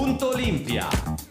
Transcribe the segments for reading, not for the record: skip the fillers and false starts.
Olimpia.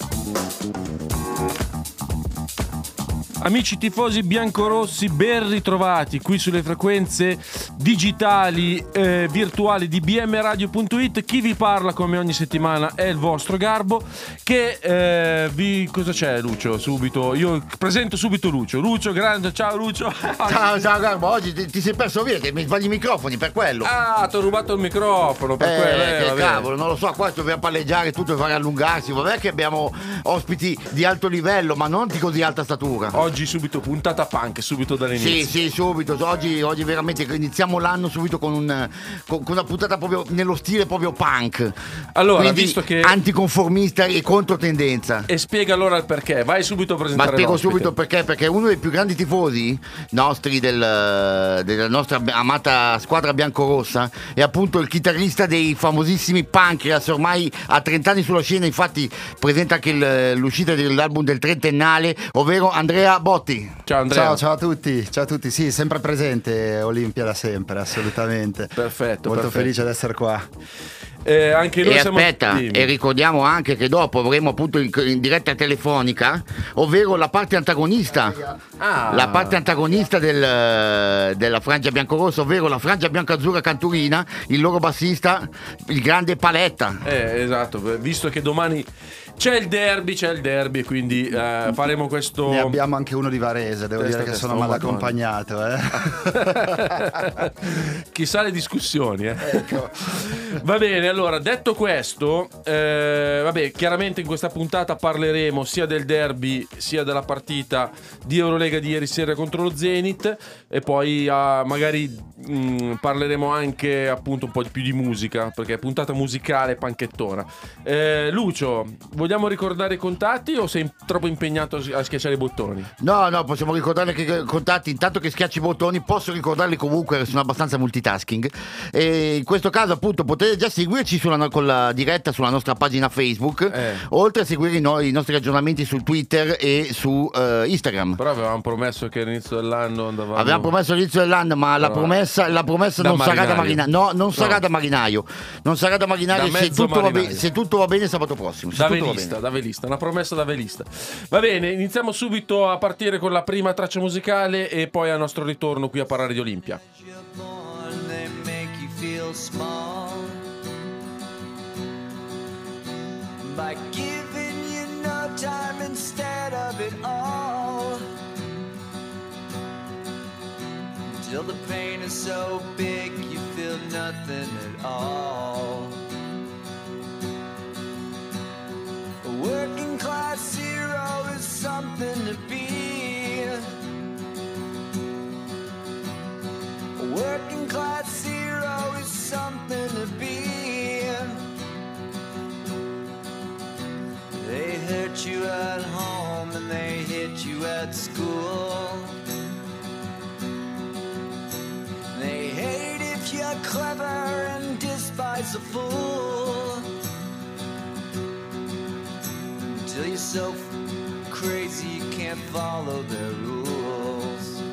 Amici tifosi biancorossi, ben ritrovati qui sulle frequenze digitali virtuali di bmradio.it. Chi vi parla come ogni settimana è il vostro Garbo, che cosa c'è Lucio? Subito io presento subito Lucio grande, ciao Lucio. Ciao Garbo, oggi ti sei perso via, che mi sbagli i microfoni per quello. Ah, ti ho rubato il microfono per quello. Che cavolo, non lo so, qua dobbiamo palleggiare tutto e fare allungarsi. Vabbè che abbiamo ospiti di alto livello, ma non di così alta statura. Oggi subito puntata punk, subito dall'inizio. Sì, subito. Oggi veramente iniziamo l'anno subito con una puntata proprio nello stile proprio punk. Allora, quindi, visto che anticonformista e controtendenza. E spiega allora il perché. Vai subito a presentare. Ma spiego l'ospite. subito perché uno dei più grandi tifosi nostri della nostra amata squadra biancorossa è appunto il chitarrista dei famosissimi Pancreas, ormai a 30 anni sulla scena. Infatti presenta anche l'uscita dell'album del trentennale, ovvero Andrea Botti. Ciao Andrea. Ciao a tutti, sì, sempre presente Olimpia da sempre, assolutamente. Perfetto. Molto felice di essere qua. Anche noi e ricordiamo anche che dopo avremo appunto in diretta telefonica, ovvero la parte antagonista, la parte antagonista della frangia biancorossa, ovvero la frangia bianco-azzurra canturina, il loro bassista, il grande Paletta. Esatto, visto che domani c'è il derby, quindi faremo questo. Ne abbiamo anche uno di Varese, devo dire che sono mal accompagnato. Chissà le discussioni. Ecco. Va bene, allora detto questo, chiaramente in questa puntata parleremo sia del derby sia della partita di Eurolega di ieri sera contro lo Zenit, e poi magari parleremo anche appunto un po' più di musica, perché è puntata musicale panchettona. Lucio, vogliamo ricordare i contatti o sei troppo impegnato a schiacciare i bottoni? No, possiamo ricordare che i contatti, intanto che schiacci i bottoni, posso ricordarli comunque, sono abbastanza multitasking. E in questo caso appunto potete già seguirci con la diretta sulla nostra pagina Facebook, oltre a seguire i nostri aggiornamenti su Twitter e su Instagram. Però avevamo promesso che all'inizio dell'anno andavamo. Avevamo promesso all'inizio dell'anno, ma la promessa non sarà da marinaio. No, non sarà da marinaio. Non sarà da marinaio, se tutto va bene sabato prossimo. Da velista, una promessa da velista. Va bene, iniziamo subito a partire con la prima traccia musicale e poi al nostro ritorno qui a parlare di Olimpia. By giving you no time instead of it all, till the pain is so big you feel nothing at all. A working class hero is something to be. A working class hero is something to be. They hurt you at home and they hit you at school. They hate if you're clever and despise a fool. Until you're so crazy you can't follow their rules.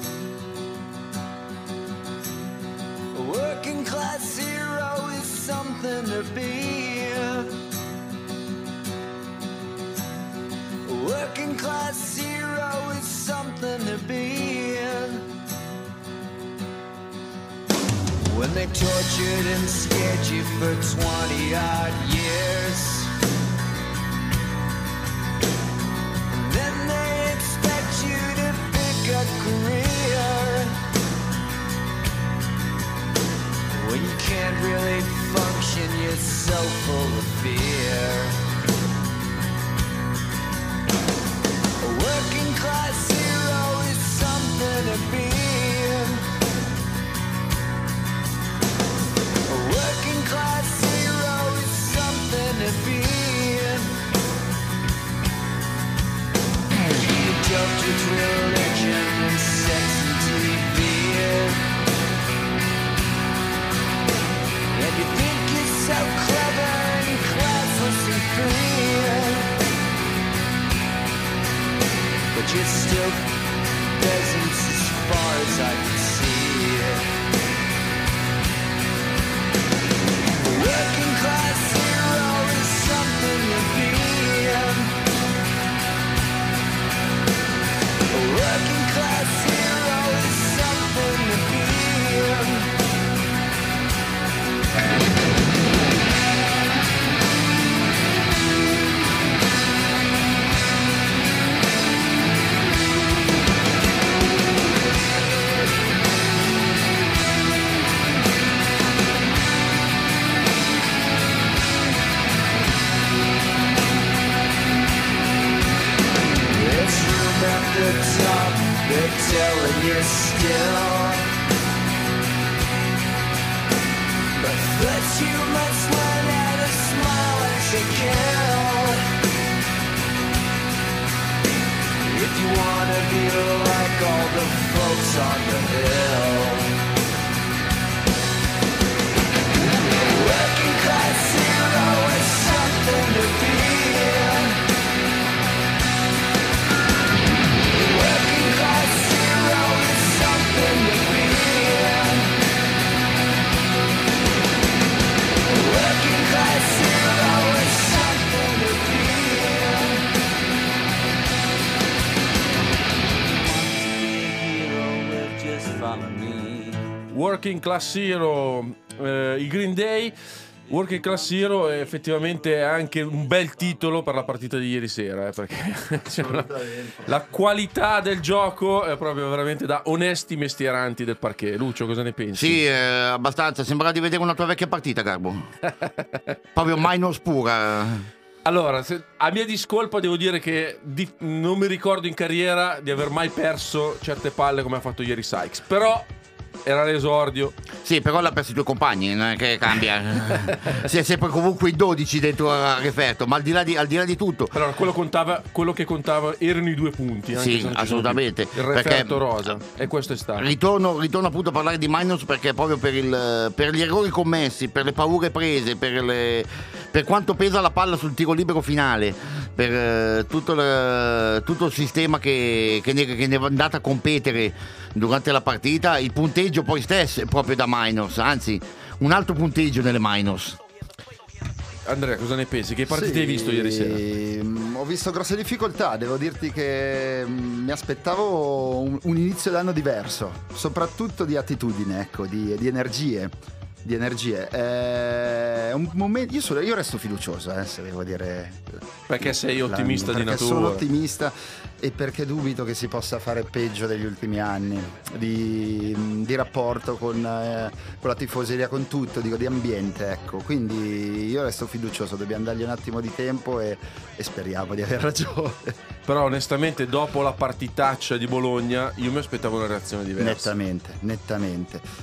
A working class hero is something to be. Working class hero is something to be. When they tortured and scared you for 20 odd years, and then they expect you to pick a career when you can't really function, you're so full of fear. Working class hero is something to be. A working class hero is something to be. You joked with religion and sex and TV, and you think you're so clever and classless and folks on the hill. Working class hero is something to be in. Working class hero is something to be in. Working class hero is something to be in. Just follow me. Working Class Hero, i Green Day. Working Class Hero è effettivamente anche un bel titolo per la partita di ieri sera, perché la qualità del gioco è proprio veramente da onesti mestieranti del parquet. Lucio, cosa ne pensi? Sì, abbastanza. Sembrava di vedere una tua vecchia partita, Garbo. Proprio minus pura. Allora, a mia discolpa devo dire che non mi ricordo in carriera di aver mai perso certe palle come ha fatto ieri Sykes, però era l'esordio. Sì, però l'ha perso i tuoi compagni, non è che cambia. Si è sempre comunque i 12 dentro al referto, ma al di là di tutto. Allora, quello che contava erano i 2 punti. Anche Sì, se non ci sono assolutamente. più. Il referto rosa, e questo è stato. Ritorno appunto a parlare di minus perché proprio per gli errori commessi, per le paure prese, per quanto pesa la palla sul tiro libero finale, per tutto il sistema che ne è andato a competere durante la partita, il punteggio poi stesso è proprio da minus, anzi un altro punteggio nelle minus. Andrea, cosa ne pensi? Che partite hai visto ieri sera? Ho visto grosse difficoltà, devo dirti che mi aspettavo un inizio d'anno diverso, soprattutto di attitudine, ecco, di energie. Un momento, io resto fiducioso, se devo dire. Perché sei ottimista di perché natura. Sono ottimista e perché dubito che si possa fare peggio degli ultimi anni di rapporto con la tifoseria, con tutto, dico, di ambiente, ecco. Quindi io resto fiducioso, dobbiamo dargli un attimo di tempo e speriamo di aver ragione. Però onestamente dopo la partitaccia di Bologna io mi aspettavo una reazione diversa. Nettamente.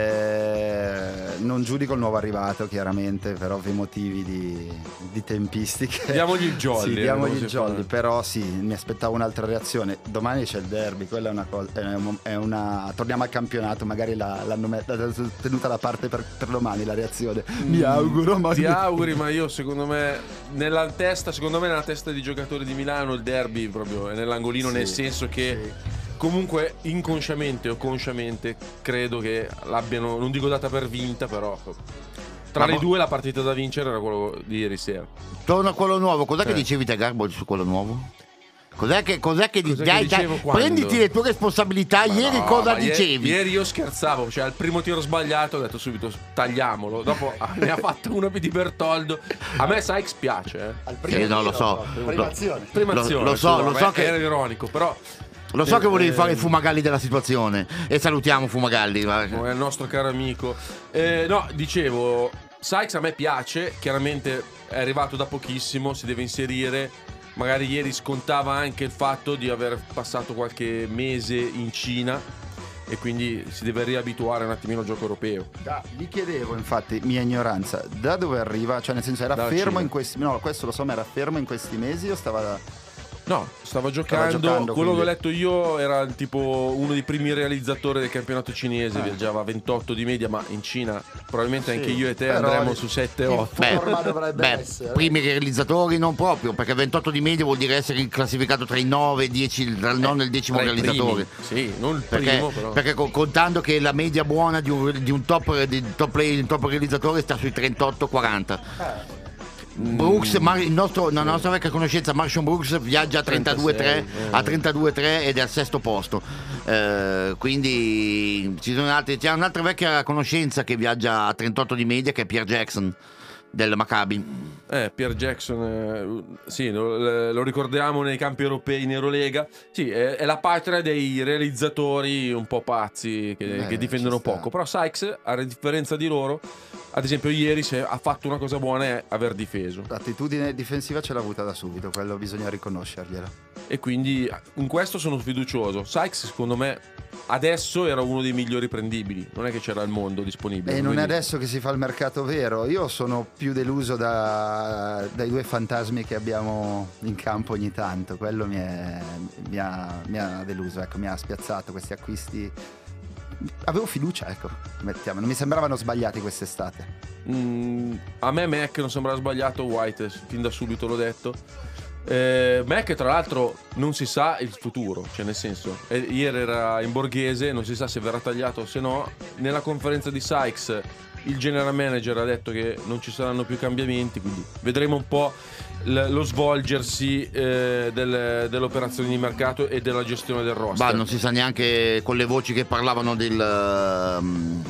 Non giudico il nuovo arrivato, chiaramente, per ovvi motivi di tempistiche. Diamogli il jolly. Sì, diamogli il jolly, però sì, mi aspettavo un'altra reazione. Domani c'è il derby, quella è una cosa, torniamo al campionato, magari l'hanno tenuta da parte per domani la reazione. Mi auguro, ma ti auguri, ma io secondo me nella testa di giocatori di Milano il derby proprio è nell'angolino, sì, nel senso che sì, comunque inconsciamente o consciamente credo che l'abbiano, non dico data per vinta, però tra le due la partita da vincere era quello di ieri sera. Torno a quello nuovo. Cos'è che dicevi te, Garbo, su quello nuovo? Cos'è che dicevo quando? Prenditi le tue responsabilità. Ma ieri no, cosa dicevi? Ieri io scherzavo, cioè al primo tiro sbagliato ho detto subito tagliamolo. Dopo ne ha fatto uno di Bertoldo. A me Sykes piace, no, lo so. Primazione. Lo so che era ironico, però lo so che volevi fare il Fumagalli della situazione. E salutiamo Fumagalli. È il nostro caro amico. No, dicevo, Sykes a me piace. Chiaramente è arrivato da pochissimo, si deve inserire. Magari ieri scontava anche il fatto di aver passato qualche mese in Cina e quindi si deve riabituare un attimino al gioco europeo. Gli chiedevo, infatti, mia ignoranza, da dove arriva? Cioè, nel senso, era fermo Cina. in questi... No, questo lo so, ma era fermo in questi mesi o stava... No, stava giocando. Quello che ho letto io era tipo uno dei primi realizzatori del campionato cinese. Viaggiava a 28 di media, ma in Cina probabilmente anche io e te andremo su 7-8. Primi realizzatori non proprio, perché 28 di media vuol dire essere classificato tra i 9 e 10, tra il nono e il 10° realizzatore. Sì, non il perché, primo, però. Perché contando che la media buona di un top realizzatore sta sui 38-40. Brooks, la nostra vecchia conoscenza, Marshall Brooks viaggia a 32,3 ed è al 6° posto. Quindi c'è un'altra vecchia conoscenza che viaggia a 38 di media, che è Pierre Jackson del Maccabi. Pierre Jackson, sì, lo ricordiamo nei campi europei in Eurolega. Sì, è la patria dei realizzatori un po' pazzi che difendono poco. Però Sykes, a differenza di loro, ad esempio ieri, se ha fatto una cosa buona è aver difeso. L'attitudine difensiva ce l'ha avuta da subito, quello bisogna riconoscerglielo. E quindi in questo sono fiducioso. Sykes secondo me adesso era uno dei migliori prendibili, non è che c'era il mondo disponibile. E non è quindi... adesso che si fa il mercato vero. Io sono più deluso dai due fantasmi che abbiamo in campo ogni tanto. Quello mi ha deluso, ecco, mi ha spiazzato questi acquisti. Avevo fiducia, ecco, mettiamo. Non mi sembravano sbagliati quest'estate. A me Mac non sembrava sbagliato, White fin da subito l'ho detto. Mac tra l'altro non si sa il futuro, cioè nel senso ieri era in Borghese, non si sa se verrà tagliato o se no. Nella conferenza di Sykes il general manager ha detto che non ci saranno più cambiamenti, quindi vedremo un po' lo svolgersi dell'operazione di mercato e della gestione del roster. Ma non si sa neanche, con le voci che parlavano del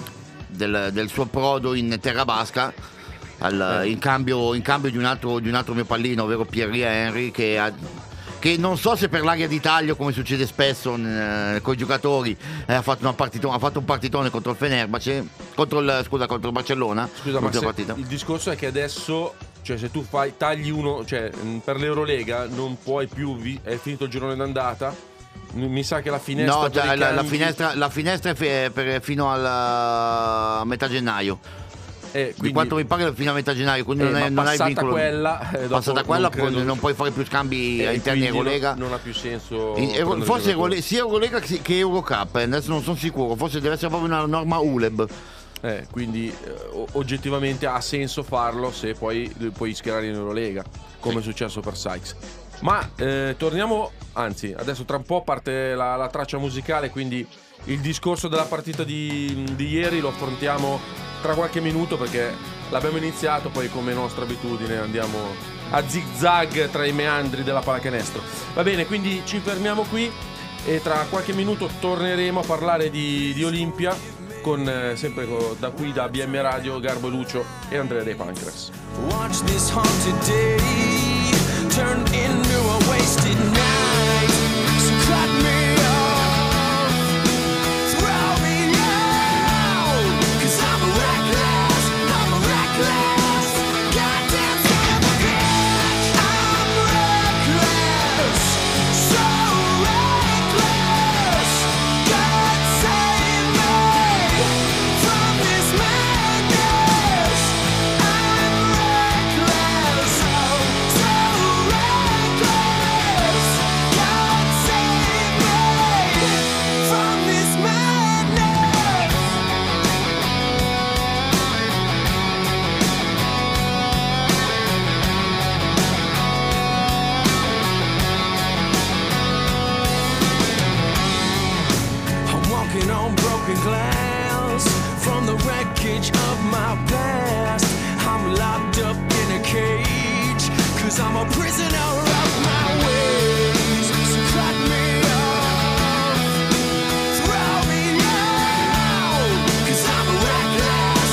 suo approdo in terra basca, in cambio di un altro mio pallino, ovvero Pierre Henry, che non so se per l'aria di taglio, come succede spesso con i giocatori, ha fatto un partitone contro il Fenerbahce, contro il Barcellona. Scusa, ma il discorso è che adesso, cioè, se tu tagli uno, cioè per l'Eurolega non puoi più, è finito il girone d'andata. Mi sa che la finestra la finestra è fino a metà gennaio. Di quanto mi pare fino a metà gennaio, quindi non hai vincolo. Passata quella non puoi fare più scambi interni Eurolega. Non ha più senso. Forse sia Eurolega che Eurocup, adesso non sono sicuro, forse deve essere proprio una norma ULEB. Quindi oggettivamente ha senso farlo se poi puoi schierare in Eurolega, come è successo per Sykes. Ma torniamo, anzi adesso tra un po' parte la traccia musicale, quindi il discorso della partita di ieri lo affrontiamo tra qualche minuto, perché l'abbiamo iniziato, poi come nostra abitudine andiamo a zigzag tra i meandri della pallacanestro. Va bene, quindi ci fermiamo qui e tra qualche minuto torneremo a parlare di Olimpia con sempre da qui da BM Radio, Garbo Lucio e Andrea De Pancras. Watch this haunted day turn into a wasted night. So cut me off, throw me out, 'cause I'm a reckless goddamn son of a bitch. I'm reckless, so reckless. God save me from this madness. I'm reckless, so reckless. God save me from this madness. I'm walking on broken glass from the wreckage of my past. I'm locked up in a cage, 'cause I'm a prisoner of my ways. So cut me off, throw me out, 'cause I'm a reckless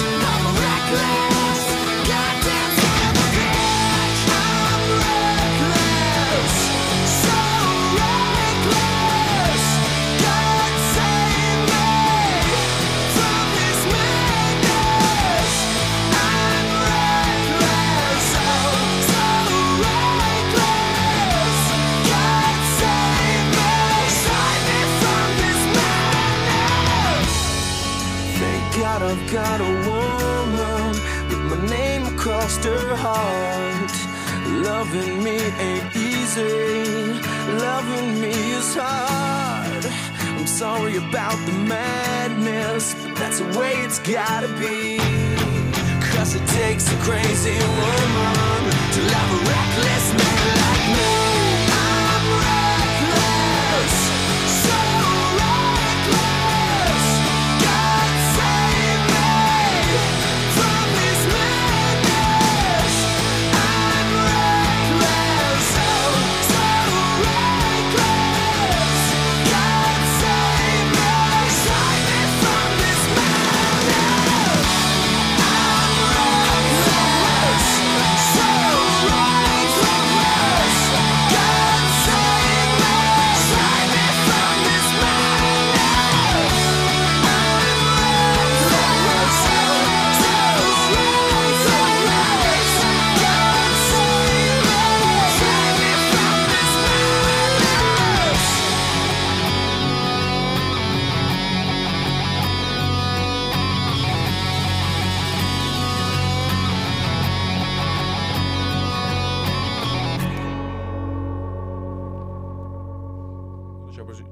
goddamn son of a bitch. I'm reckless, so reckless. God save me from this madness. I'm reckless, so reckless. God save me from this madness. Thank God I've got a woman with my name across her heart. Loving me ain't easy, loving me is hard. I'm sorry about the madness, but that's the way it's gotta be. 'Cause it takes a crazy woman to love a reckless man like me. I'm reckless, so reckless. God save me from this madness. I'm reckless, so reckless. God save me from this madness. I'm reckless, so reckless.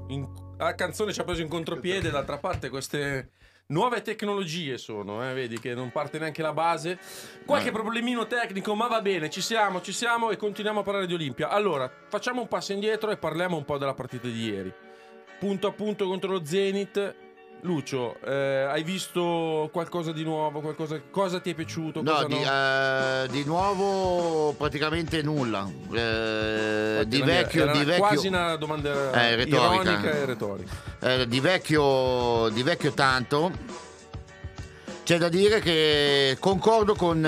La canzone ci ha preso in contropiede, d'altra parte queste nuove tecnologie sono, vedi che non parte neanche la base. Qualche problemino tecnico, ma va bene, ci siamo e continuiamo a parlare di Olimpia. Allora, facciamo un passo indietro e parliamo un po' della partita di ieri. Punto a punto contro lo Zenit. Lucio, hai visto qualcosa di nuovo? Cosa ti è piaciuto? No, cosa di nuovo praticamente nulla. Di era vecchio. quasi una domanda retorica. ironica e retorica. Di vecchio tanto. C'è da dire che concordo con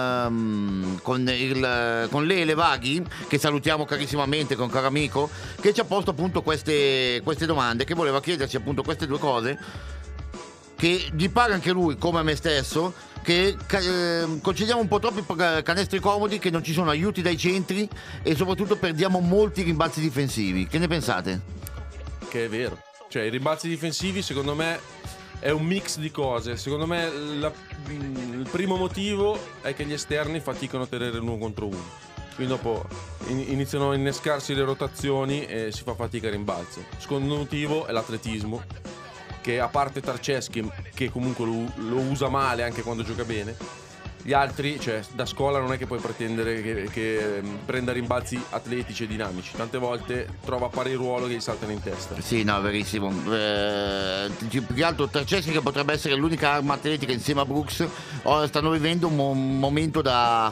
Lele Vaghi, che salutiamo carissimamente, con caro amico, che ci ha posto appunto queste domande, che voleva chiederci appunto queste due cose, che gli pare anche lui, come a me stesso, che concediamo un po' troppi canestri comodi, che non ci sono aiuti dai centri e soprattutto perdiamo molti rimbalzi difensivi. Che ne pensate? Che è vero. Cioè, i rimbalzi difensivi, secondo me, è un mix di cose. Secondo me il primo motivo è che gli esterni faticano a tenere l'uno contro uno. Quindi dopo iniziano a innescarsi le rotazioni e si fa fatica a rimbalzo. Il secondo motivo è l'atletismo, che a parte Tarceschi, che comunque lo usa male anche quando gioca bene, gli altri, cioè da scuola non è che puoi pretendere che prenda rimbalzi atletici e dinamici. Tante volte trova pari ruolo che gli saltano in testa. Sì, no, verissimo. Più che altro Tarceschi, che potrebbe essere l'unica arma atletica insieme a Brooks, ora stanno vivendo un momento da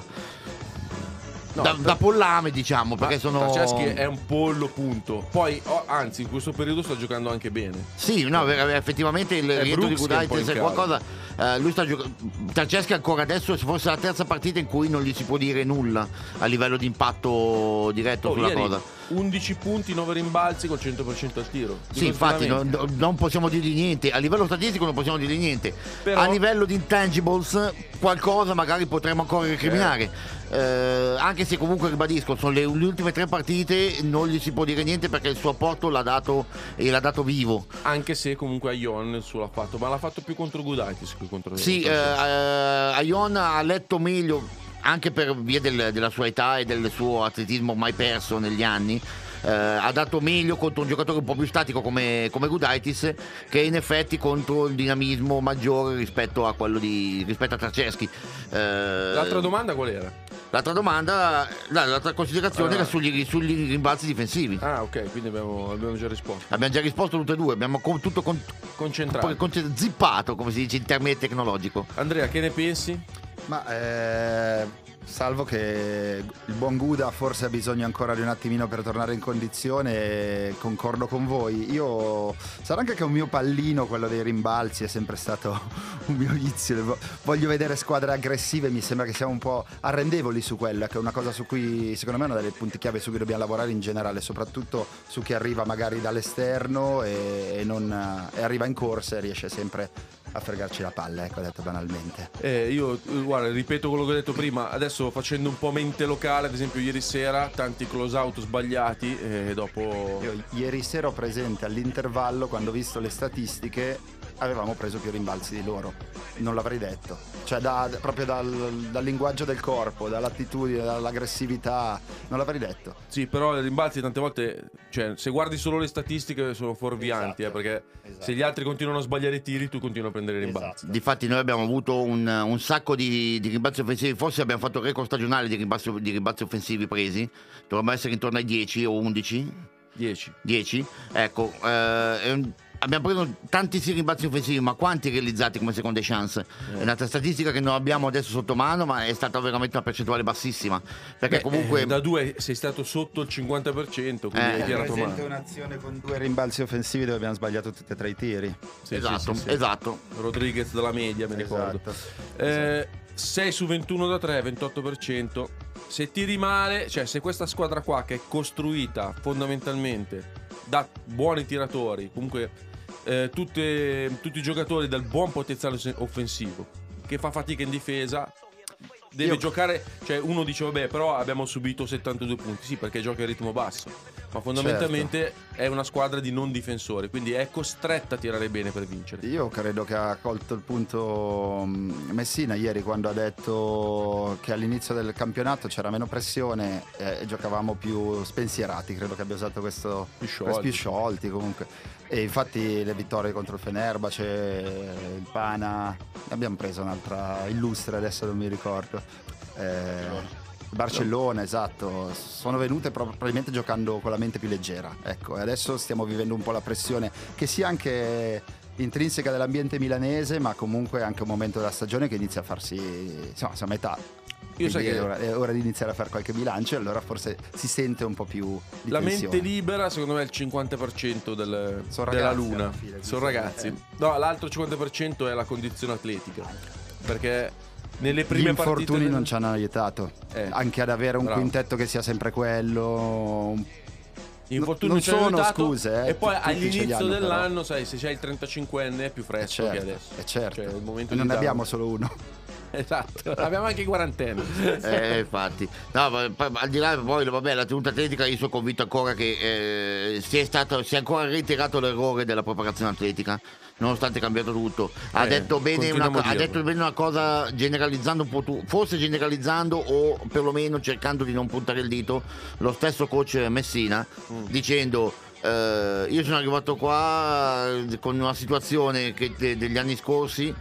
pollame, diciamo, perché sono... Tarceschi è un pollo, punto. Poi, anzi, in questo periodo sta giocando anche bene. Sì, no, effettivamente il rientro di Gudaitis è qualcosa. Lui sta giocando. Tarceschi ancora adesso, se fosse la terza partita in cui non gli si può dire nulla a livello di impatto diretto sulla ieri, cosa. 11 punti, 9 rimbalzi col 100% al tiro. Sì, infatti non possiamo dirgli niente. A livello statistico non possiamo dirgli niente. Però, a livello di intangibles qualcosa magari potremmo ancora recriminare. Anche se comunque, ribadisco, sono le ultime 3 partite, non gli si può dire niente perché il suo apporto l'ha dato vivo. Anche se comunque Aion il suo l'ha fatto, ma l'ha fatto più contro Gudaitis che contro... Sì, Aion ha letto meglio, anche per via della sua età e del suo atletismo mai perso negli anni. Ha dato meglio contro un giocatore un po' più statico come Gudaitis, che in effetti contro il dinamismo maggiore rispetto a Tarceschi. L'altra domanda qual era? L'altra considerazione era sugli rimbalzi difensivi. Ah, ok, quindi abbiamo già risposto. Abbiamo già risposto tutte e due, abbiamo tutto Concentrato. Zippato, come si dice in termine tecnologico. Andrea, che ne pensi? Ma salvo che il buon Guda forse ha bisogno ancora di un attimino per tornare in condizione, concordo con voi. Io sarà anche che un mio pallino, quello dei rimbalzi, è sempre stato un mio vizio. Voglio vedere squadre aggressive, mi sembra che siamo un po' arrendevoli su quella, che è una cosa su cui secondo me è uno dei punti chiave su cui dobbiamo lavorare in generale, soprattutto su chi arriva magari dall'esterno e arriva in corsa e riesce sempre a fregarci la palla, ecco, detto banalmente. Io guarda, ripeto quello che ho detto prima. Adesso facendo un po' mente locale, ad esempio ieri sera tanti close out sbagliati e dopo... Io ieri sera ho presente all'intervallo, quando ho visto le statistiche, avevamo preso più rimbalzi di loro. Non l'avrei detto. Cioè proprio dal linguaggio del corpo, dall'attitudine, dall'aggressività, non l'avrei detto. Sì, però i rimbalzi tante volte, cioè se guardi solo le statistiche sono fuorvianti, Esatto, perché esatto. Se gli altri continuano a sbagliare i tiri, tu continui a prendere i rimbalzi. Esatto. Difatti noi abbiamo avuto un sacco di rimbalzi offensivi, forse abbiamo fatto il record stagionale di rimbalzi offensivi presi, dovrebbero essere intorno ai 10 o 11. 10, ecco, abbiamo preso tanti rimbalzi offensivi, ma quanti realizzati come seconde chance? È un'altra statistica che non abbiamo adesso sotto mano, ma è stata veramente una percentuale bassissima, perché comunque da 2 sei stato sotto il 50%, quindi hai tirato presente male. un'azione con 2 rimbalzi offensivi dove abbiamo sbagliato tutti e 3 i tiri. Sì, esatto, sì. esatto. Rodriguez dalla media, mi ricordo. 6 su 21 da 3, 28%. Se tiri male, cioè se questa squadra qua, che è costruita fondamentalmente da buoni tiratori, comunque tutti i giocatori dal buon potenziale offensivo, che fa fatica in difesa, deve giocare, cioè uno dice vabbè, però abbiamo subito 72 punti, sì, perché gioca a ritmo basso. ma fondamentalmente è una squadra di non difensori, quindi è costretta a tirare bene per vincere. Io credo che ha colto il punto Messina ieri quando ha detto che all'inizio del campionato c'era meno pressione e giocavamo più spensierati, credo che abbia usato questo più sciolti comunque. E infatti le vittorie contro il Fenerbahce, il Pana, abbiamo preso un'altra illustre, adesso non mi ricordo. Barcellona, esatto, sono venute probabilmente giocando con la mente più leggera, ecco, e adesso stiamo vivendo un po' la pressione che sia anche intrinseca dell'ambiente milanese, ma comunque anche un momento della stagione che inizia a farsi, insomma, siamo a metà. Io sai che è ora di iniziare a fare qualche bilancio, e allora forse si sente un po' più di la tensione. mente libera, secondo me, è il 50% della ragazzi, luna. alla fine, Sono ragazzi. No, l'altro 50% è la condizione atletica, perché nelle prime gli infortuni partite non ci hanno aiutato, anche ad avere un bravo. quintetto che sia sempre quello. Gli infortuni non ci hanno sono aiutato, scuse, e poi tutti ce li all'inizio hanno, dell'anno, sai, se c'hai il 35enne è più fresco che adesso. certo. Cioè, il momento E non di ne darlo. abbiamo solo uno. Esatto, abbiamo anche i quarantenni. Infatti, no, al di là poi, vabbè, la tenuta atletica, io sono convinto ancora che si è ancora reiterato l'errore della preparazione atletica, nonostante è cambiato tutto. Ha detto bene una cosa, generalizzando un po' forse generalizzando, o perlomeno cercando di non puntare il dito, lo stesso coach Messina, dicendo io sono arrivato qua con una situazione degli anni scorsi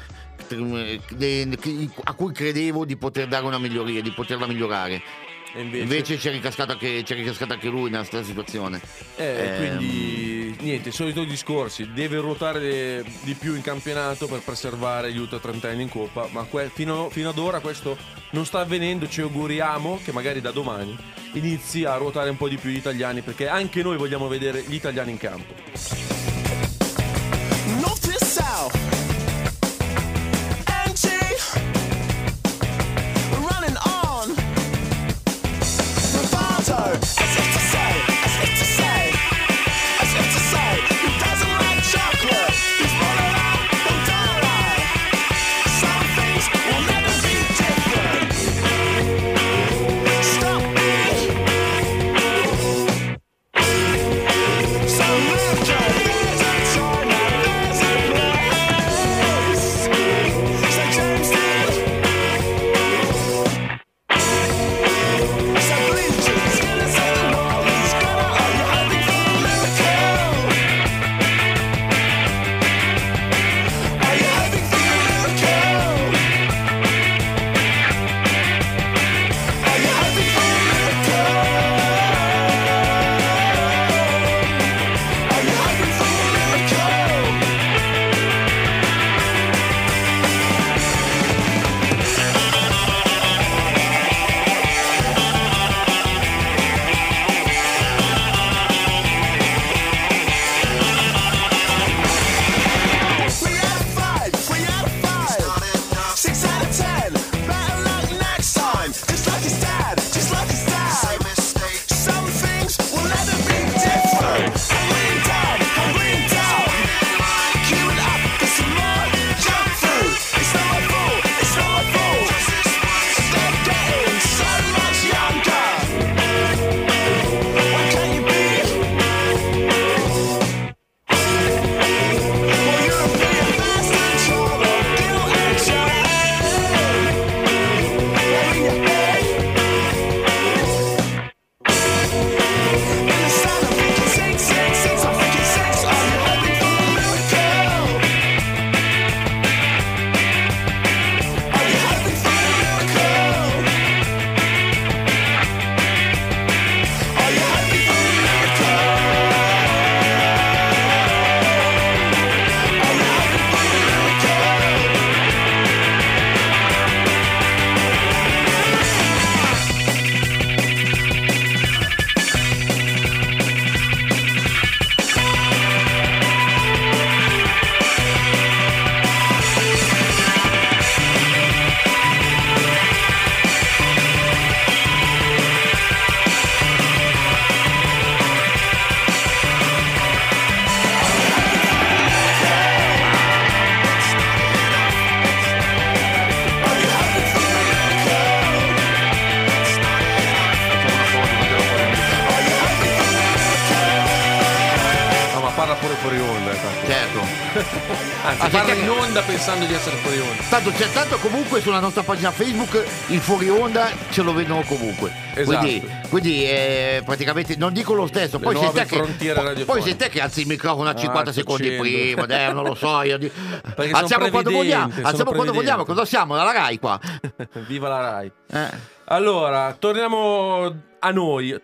a cui credevo di poter dare una miglioria, di poterla migliorare. E invece c'è ricascato anche lui nella stessa situazione. Quindi niente, solito discorsi, deve ruotare di più in campionato per preservare gli ultra 30 anni in Coppa, ma fino ad ora questo non sta avvenendo. Ci auguriamo che magari da domani inizi a ruotare un po' di più gli italiani, perché anche noi vogliamo vedere gli italiani in campo. North to south, NG, running on. Bravado, as if to say, who doesn't like chocolate? Who's running out from daylight? Some things will never be different. Stop me. So live, Anzi, parla in onda pensando di essere fuori onda. Tanto comunque sulla nostra pagina Facebook il fuori onda ce lo vedono comunque. Esatto. Quindi praticamente non dico lo stesso. Le Poi sei, nuove te che, frontiere poi radiofoniche. sei te che alzi il microfono a 50 sto secondi accendo. prima, non lo so. Io Perché alziamo sono quando vogliamo. previdente, Alziamo sono quando vogliamo. previdente. Cosa siamo? Dalla Rai qua. Viva la Rai. Eh. Allora, torniamo a noi.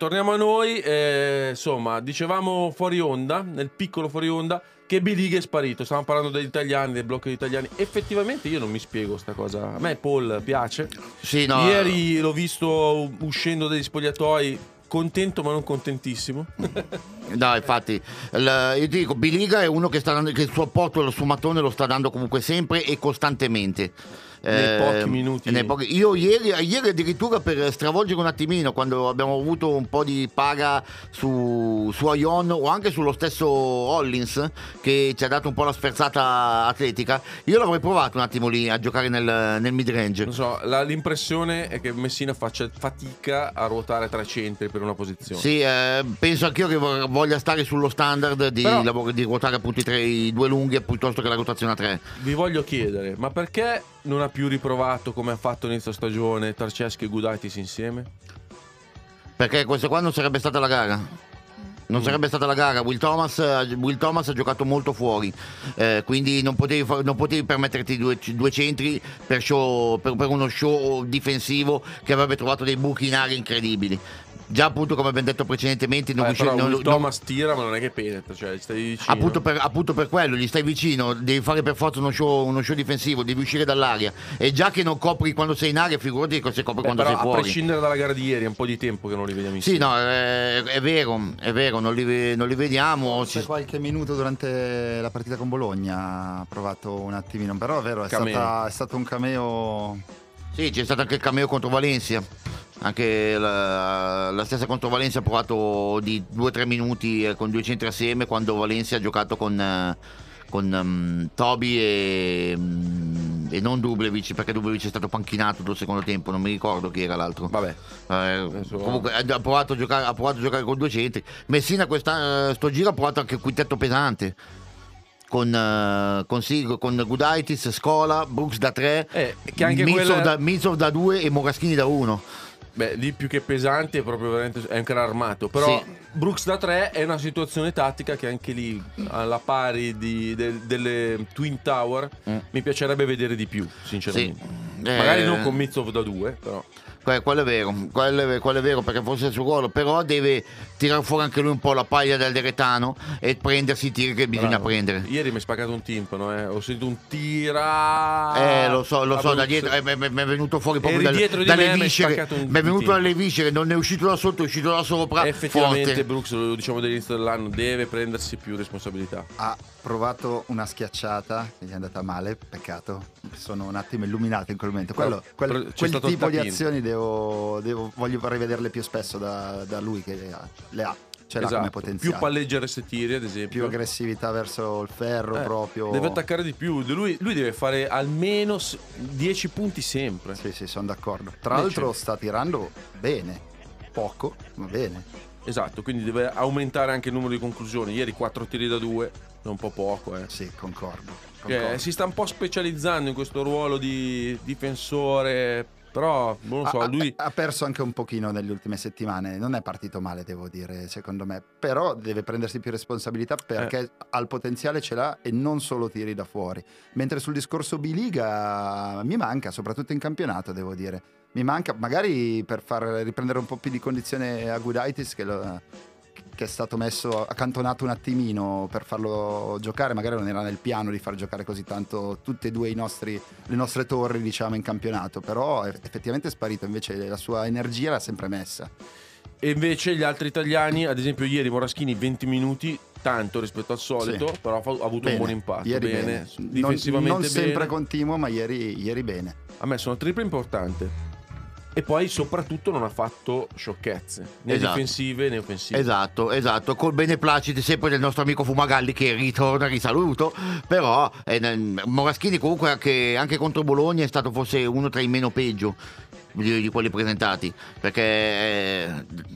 Insomma, dicevamo fuori onda, nel piccolo fuori onda, che B-League è sparito. Stavamo parlando degli italiani, del blocco degli italiani. Effettivamente io non mi spiego sta cosa. A me Paul piace. Sì, no. Ieri l'ho visto uscendo dagli spogliatoi, contento ma non contentissimo. No, infatti, io ti dico, Biliga è uno che il suo apporto, il suo mattone lo sta dando comunque sempre e costantemente. Nei pochi minuti. Io ieri addirittura per stravolgere un attimino, quando abbiamo avuto un po' di paga su Ion o anche sullo stesso Hollins che ci ha dato un po' la sferzata atletica, io l'avrei provato un attimo lì a giocare nel mid range. Non so, l'impressione è che Messina faccia fatica a ruotare tra i centri per una posizione. Sì, penso anch'io che voglia stare sullo standard di ruotare appunto i due lunghi piuttosto che la rotazione a 3. Vi voglio chiedere, ma perché non ha più riprovato come ha fatto inizio stagione Tarceschi e Gudaitis insieme? Perché questa qua non sarebbe stata la gara. Non sarebbe stata la gara. Will Thomas ha giocato molto fuori, quindi non potevi permetterti due centri per uno show difensivo che avrebbe trovato dei buchi in area incredibili. Già appunto come abbiamo detto precedentemente Thomas tira ma non è che penetra, cioè stai vicino. Appunto per quello gli stai vicino, devi fare per forza uno show difensivo, devi uscire dall'aria, e già che non copri quando sei in aria, figurati se copri quando sei fuori. A prescindere dalla gara di ieri è un po' di tempo che non li vediamo insieme. Sì, no, è vero, non li vediamo. C'è qualche minuto durante la partita con Bologna ha provato un attimino, però è vero, è stato un cameo. Sì, c'è stato anche il cameo contro Valencia. Anche la stessa contro Valencia ha provato di 2-3 minuti con due centri assieme, quando Valencia ha giocato con Toby e non Dublevic, perché Dublevic è stato panchinato tutto il secondo tempo, non mi ricordo chi era l'altro. Vabbè, comunque ha provato a giocare con due centri. Messina sto giro ha provato anche il quintetto pesante con Gudaitis, Scola, Brooks da 3, che anche Mizov da 2 e Moraschini da 1. Beh, lì più che pesante è proprio veramente è un carro armato. Però sì. Brooks da 3 è una situazione tattica che anche lì, alla pari delle Twin Tower, mi piacerebbe vedere di più, sinceramente. Sì. Magari non con Mizov da 2, però. Quello è vero, perché forse è il suo ruolo, però deve tirare fuori anche lui un po' la paglia del Deretano e prendersi i tiri che bisogna prendere. Ieri mi è spaccato un timpano, ho sentito un tira. Lo so, da dietro mi è venuto fuori proprio dalle viscere. Mi è venuto dalle viscere, non è uscito da sotto, è uscito da sopra. Effettivamente forte. Brooks, lo diciamo dall'inizio dell'anno, deve prendersi più responsabilità. Ha provato una schiacciata che gli è andata male, peccato. Sono un attimo illuminato in quel momento. Quel tipo di azioni vorrei vederle più spesso da lui, che le ha. Ce l'ha come potenziale. Più palleggiare tiri, ad esempio. Più aggressività verso il ferro proprio. Deve attaccare di più. Lui deve fare almeno 10 punti sempre. Sì, sono d'accordo. Tra l'altro sta tirando bene. Poco, ma bene. Esatto, quindi deve aumentare anche il numero di conclusioni. Ieri 4 tiri da 2, è un po' poco. Sì, concordo. Si sta un po' specializzando in questo ruolo di difensore, però non lo so, lui ha perso anche un pochino nelle ultime settimane. Non è partito male, devo dire, secondo me, però deve prendersi più responsabilità, perché ha il potenziale, ce l'ha, e non solo tiri da fuori. Mentre sul discorso B-Liga mi manca, soprattutto in campionato, devo dire. Mi manca magari per far riprendere un po' più di condizione a Gudaitis, che è stato accantonato un attimino per farlo giocare. Magari non era nel piano di far giocare così tanto tutte e due le nostre torri, diciamo, in campionato, però effettivamente è sparito. Invece la sua energia l'ha sempre messa. E invece gli altri italiani, ad esempio ieri Moraschini 20 minuti, tanto rispetto al solito, sì. Però ha avuto un buon impatto. Ieri bene. Difensivamente non sempre bene. continuo, ma ieri bene. Ha messo una tripla importante. E poi soprattutto non ha fatto sciocchezze, né difensive né offensive. Esatto, col beneplacito sempre del nostro amico Fumagalli, che ritorna, risaluto. Però Moraschini comunque anche contro Bologna è stato forse uno tra i meno peggio di quelli presentati, perché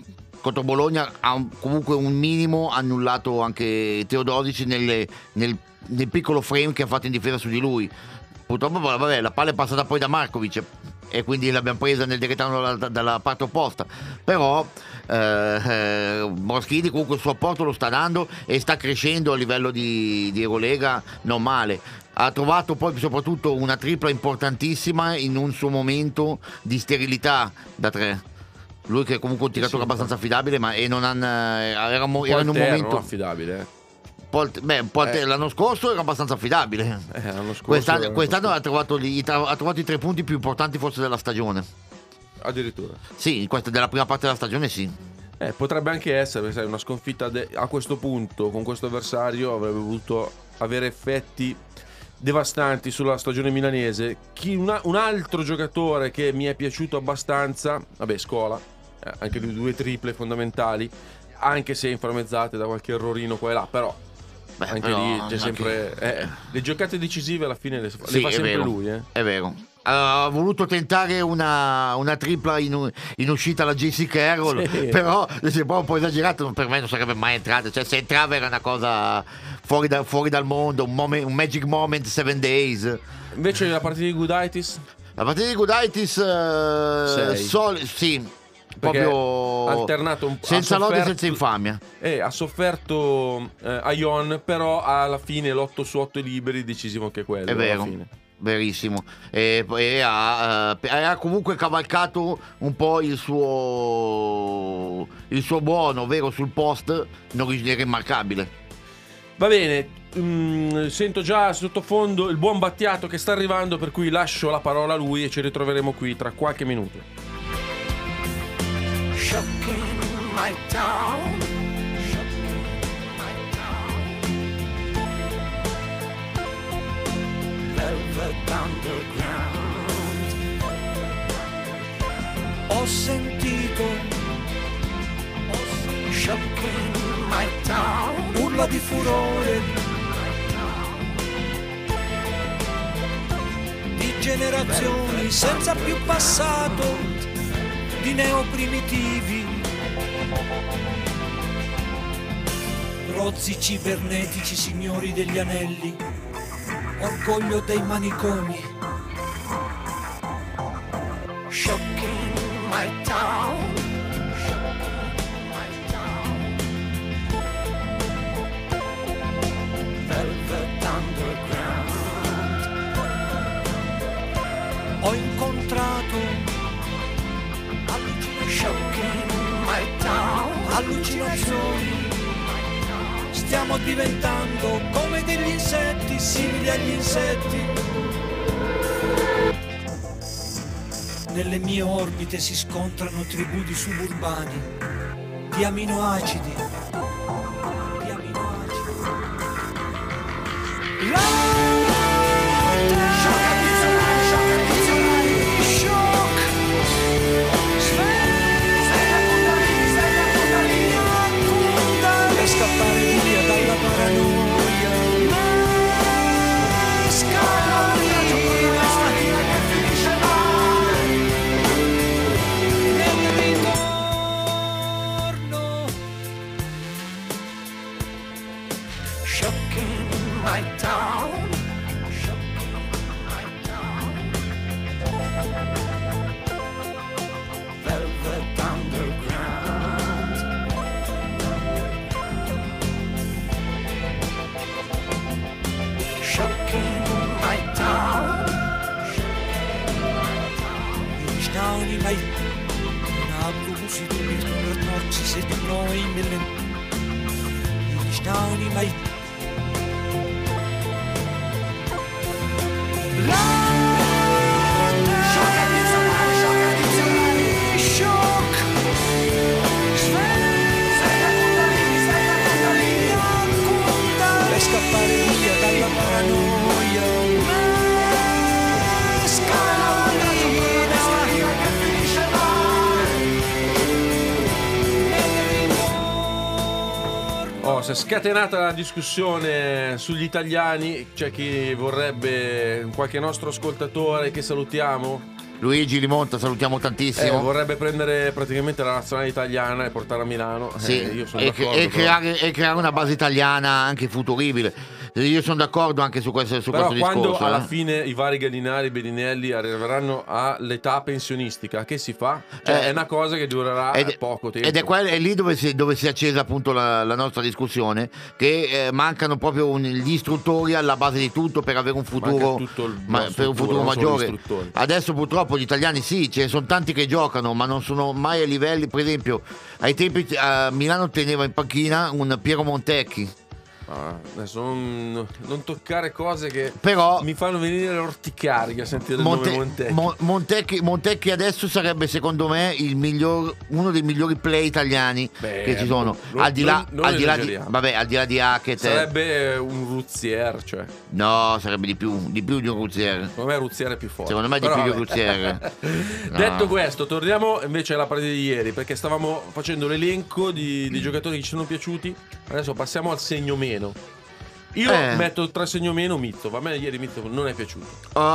contro Bologna ha comunque un minimo annullato anche Teodosic nel piccolo frame che ha fatto in difesa su di lui. Purtroppo vabbè, la palla è passata poi da Markovic e quindi l'abbiamo presa nel decretano dalla parte opposta, però Moschini comunque il suo apporto lo sta dando e sta crescendo a livello di Eurolega non male. Ha trovato poi soprattutto una tripla importantissima in un suo momento di sterilità da tre. Lui che è comunque un tiratore abbastanza affidabile, ma era in un momento affidabile. L'anno scorso era abbastanza affidabile. L'anno scorso quest'anno ha trovato i 3 punti più importanti forse della stagione. Addirittura. Sì, della prima parte della stagione sì. Potrebbe anche essere, sai, una sconfitta a questo punto con questo avversario avrebbe voluto avere effetti devastanti sulla stagione milanese. Un altro giocatore che mi è piaciuto abbastanza, vabbè, Scola, anche lui 2 triple fondamentali, anche se inframmezzate da qualche errorino qua e là, però anche lì c'è sempre le giocate decisive alla fine le fa sempre lui. È vero. Ha voluto tentare una tripla in uscita alla JC Carroll, sì. Però se è proprio un po' esagerato, per me non sarebbe mai entrata. Cioè, se entrava era una cosa fuori dal mondo, un magic moment 7 days. Invece la partita di Gudaitis? La partita di Gudaitis sì, proprio alternato senza lode e senza infamia. Ha sofferto a Ion, però alla fine l'8 su 8 liberi, decisivo anche quello. È vero. Alla fine. Verissimo, e ha comunque cavalcato un po' il suo buono, ovvero sul post non remarcabile. Va bene, sento già sottofondo il buon Battiato che sta arrivando, per cui lascio la parola a lui e ci ritroveremo qui tra qualche minuto. Shocking my town. Velvet underground. Ho sentito shocking my town, urla di furore di generazioni senza più passato, di neoprimitivi, rozzi cibernetici, signori degli anelli, orgoglio dei manicomi. Shocking my town. Velvet underground. Ho incontrato shocking my town. Allucinazioni. Stiamo diventando come degli insetti, simili agli insetti. Nelle mie orbite si scontrano tribù di suburbani, di aminoacidi. Per scappare via dalla paranoia. Shocking my town. Shocking my town. Velvet underground. Shocking my town. Išnauni mai naapruusi tulihtuneet nortsiset noimellen. Išnauni mai per scappare via dalla paranoia. Si è scatenata la discussione sugli italiani. C'è chi vorrebbe qualche nostro ascoltatore che salutiamo Luigi Limonta, salutiamo tantissimo. Vorrebbe prendere praticamente la nazionale italiana e portarla a Milano. Sì, Io sono e d'accordo. creare una base italiana anche futuribile. Io sono d'accordo anche su questo Però discorso. quando alla fine i vari Gallinari e Bedinelli arriveranno all'età pensionistica, che si fa? Cioè, è una cosa che durerà poco tempo. Ed è lì dove si è accesa appunto la nostra discussione, che mancano proprio gli istruttori alla base di tutto per avere un futuro, per un futuro maggiore. Adesso purtroppo gli italiani sì, ce ne sono tanti che giocano, ma non sono mai a livelli. Per esempio, ai tempi Milano teneva in panchina un Piero Montecchi. Adesso non toccare cose che però mi fanno venire l'orticaria a sentire il nome Montecchi adesso sarebbe secondo me uno dei migliori play italiani che ci sono, al di là di Hackett. Sarebbe un Ruzier, cioè. No, sarebbe di più di un Ruzier. Secondo me Ruzier è più forte. Secondo me di più di un Ruzier. No. Detto questo, torniamo invece alla partita di ieri, perché stavamo facendo l'elenco di giocatori che ci sono piaciuti. Adesso passiamo al segno meno. Io metto tra segno meno Mizzo. A me ieri Mizzo non è piaciuto.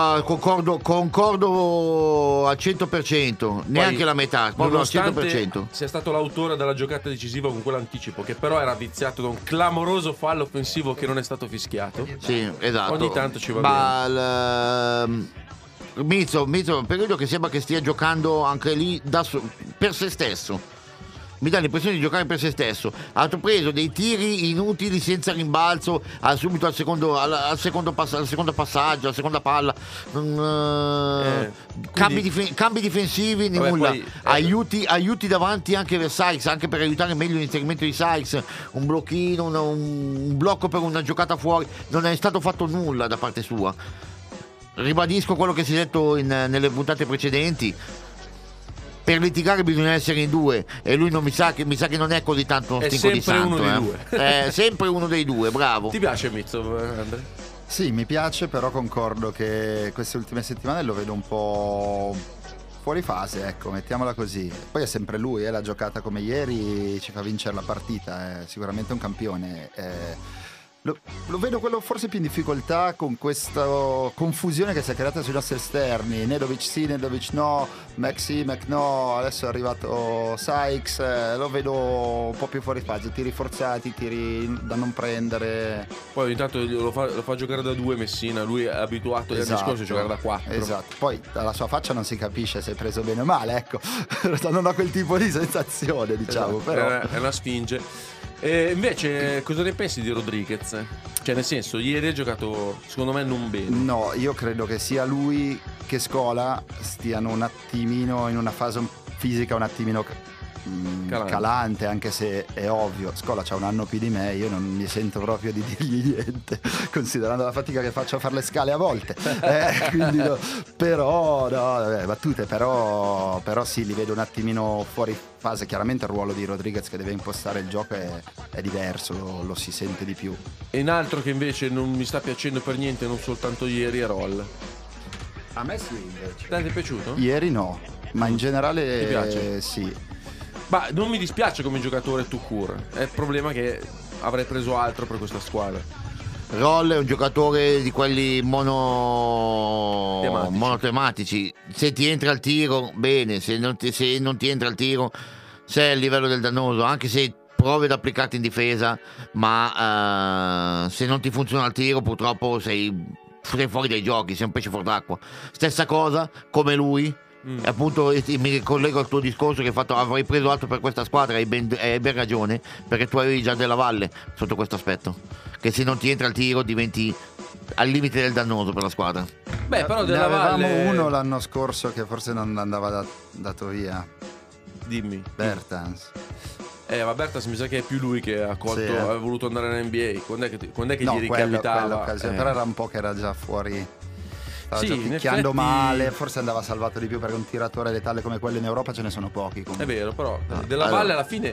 Concordo al 100%. Neanche la metà. Proprio al 100%. Sia stato l'autore della giocata decisiva con quell'anticipo, che però era viziato da un clamoroso fallo offensivo che non è stato fischiato. Sì, esatto. Ogni tanto ci va bene. Mizzo, credo che sembra che stia giocando anche lì per se stesso. Mi dà l'impressione di giocare per se stesso. Ha preso dei tiri inutili senza rimbalzo subito al secondo passaggio, alla seconda palla. Cambi difensivi, nulla. Aiuti davanti anche per Sykes, anche per aiutare meglio l'inserimento di Sykes. Un blocchino, un blocco per una giocata fuori. Non è stato fatto nulla da parte sua. Ribadisco quello che si è detto nelle puntate precedenti. Per litigare bisogna essere in due, e lui non mi sa che non è così tanto uno stinco di santo. Uno dei due. È sempre uno dei due, bravo. Ti piace Mizzo, Andre? Sì, mi piace, però concordo che queste ultime settimane lo vedo un po' fuori fase, ecco, mettiamola così. Poi è sempre lui, la giocata come ieri ci fa vincere la partita, è sicuramente un campione. Lo vedo quello forse più in difficoltà con questa confusione che si è creata sui nostri esterni. Nedovic sì, Nedovic no, Mac sì, Mac no, adesso è arrivato Sykes, lo vedo un po' più fuori fase, tiri forzati, tiri da non prendere. Poi ogni tanto lo fa giocare da 2 Messina, lui è abituato gli anni scorsi a giocare da 4. Esatto, poi dalla sua faccia non si capisce se è preso bene o male, ecco, non ho quel tipo di sensazione, diciamo. Esatto. Però è una sfinge. E invece cosa ne pensi di Rodriguez? Cioè, nel senso, ieri ha giocato secondo me non bene. No, io credo che sia lui che Scola stiano un attimino in una fase fisica un attimino calante, anche se è ovvio, Scola c'ha un anno più di me, io non mi sento proprio di dirgli niente, considerando la fatica che faccio a fare le scale a volte. Quindi no, però no, battute, però sì, li vedo un attimino fuori fase. Chiaramente il ruolo di Rodriguez che deve impostare il gioco è diverso, lo si sente di più. E un altro che invece non mi sta piacendo per niente, non soltanto ieri, è Roll. A me sì, invece. Ti è piaciuto? Ieri no, ma in generale ti piace? Sì. Ma non mi dispiace come giocatore tout court, è il problema che avrei preso altro per questa squadra. Roll è un giocatore di quelli monotematici. Se ti entra al tiro, bene, se non ti entra al tiro, sei al livello del dannoso, anche se provi ad applicarti in difesa, ma se non ti funziona al tiro, purtroppo sei fuori dai giochi, sei un pesce fuor d'acqua. Stessa cosa come lui. Appunto mi ricollego al tuo discorso che hai fatto, avrei preso altro per questa squadra, hai ben ragione, perché tu avevi già Della Valle sotto questo aspetto, che se non ti entra al tiro diventi al limite del dannoso per la squadra. Beh, però Della Valle, ne avevamo uno l'anno scorso che forse non andava dato via. Dimmi. Bertans. Ma Bertans mi sa che è più lui che ha colto, sì, aveva voluto andare in NBA. Quando è che gli ricapitava? Però era un po' che era già fuori. Stava già picchiando effetti male, forse andava salvato di più, perché un tiratore letale come quello in Europa ce ne sono pochi comunque. È vero, però Della Valle alla fine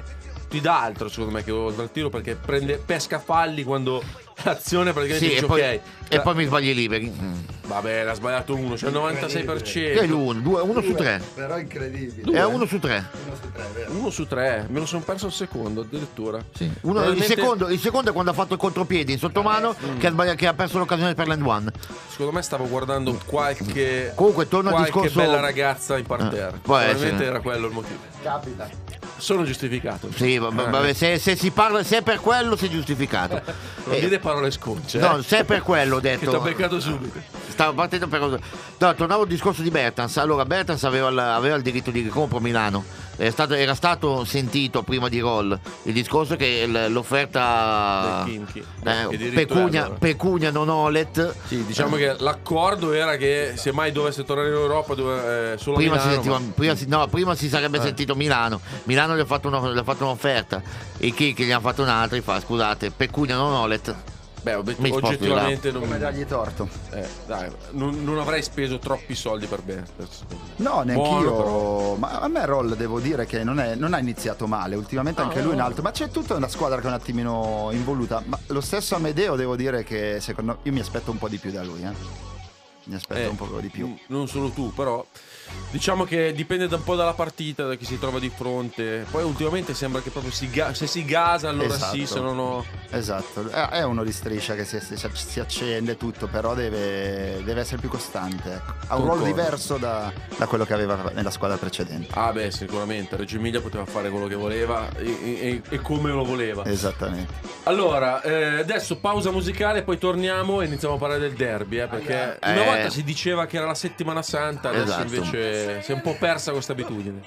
ti dà altro secondo me che oltre al tiro, perché pesca falli quando l'azione praticamente Sì, dice e poi, ok. e poi mi sbagli i liberi. Vabbè, l'ha sbagliato uno, c'è il 96%. Che è l'uno, uno su 3. Però incredibile. È 1 su 3. 1 su 3, vero? 1 su 3, me lo sono perso il secondo addirittura. Sì. Probabilmente- Il secondo è quando ha fatto il contropiede in sottomano che ha perso l'occasione per l'end one. Secondo me stavo guardando qualche Comunque torno al qualche discorso. bella ragazza in parterre. può Probabilmente essere. era quello il motivo. Capita. Sono giustificato. Sì, vabbè, se si parla, se è per quello si è giustificato. Non dire parole sconce. No, se è per quello ho che ti ho detto. beccato subito. Stavo partendo per. No, tornavo al discorso di Bertans. Allora, Bertans aveva il diritto di ricompro a Milano. Era stato sentito prima di Roll. Il discorso è che l'offerta Del Kimchi. Che diritto è, allora? pecunia non olet. Sì, diciamo che l'accordo era che se mai dovesse tornare in Europa solo Prima, Milano, prima si sarebbe sentito Milano. Milano gli ha fatto un'offerta. E chi che gli ha fatto un'altra gli fa scusate, pecunia non olet. beh, mi sposto oggettivamente Come dargli torto? dai, non avrei speso troppi soldi per Bertens. No, Buono, però. neanch'io. Ma a me Roll devo dire che non ha iniziato male. Ultimamente anche lui in alto. Ma c'è tutta una squadra che è un attimino involuta. Ma lo stesso Amedeo devo dire che secondo io mi aspetto un po' di più da lui. Mi aspetto un po' di più. Non solo tu, però diciamo che dipende da un po' dalla partita, da chi si trova di fronte. Poi ultimamente sembra che proprio se si gasa allora Esatto. sì, se no. Esatto, è uno di striscia che si accende tutto, però deve essere più costante. Ecco. Ha un ruolo Concordo. diverso da quello che aveva nella squadra precedente. Ah beh, sicuramente Reggio Emilia poteva fare quello che voleva e come lo voleva. Esattamente. Allora, adesso pausa musicale, poi torniamo e iniziamo a parlare del derby, perché una volta si diceva che era la settimana santa, adesso Esatto. invece si è un po' persa questa abitudine.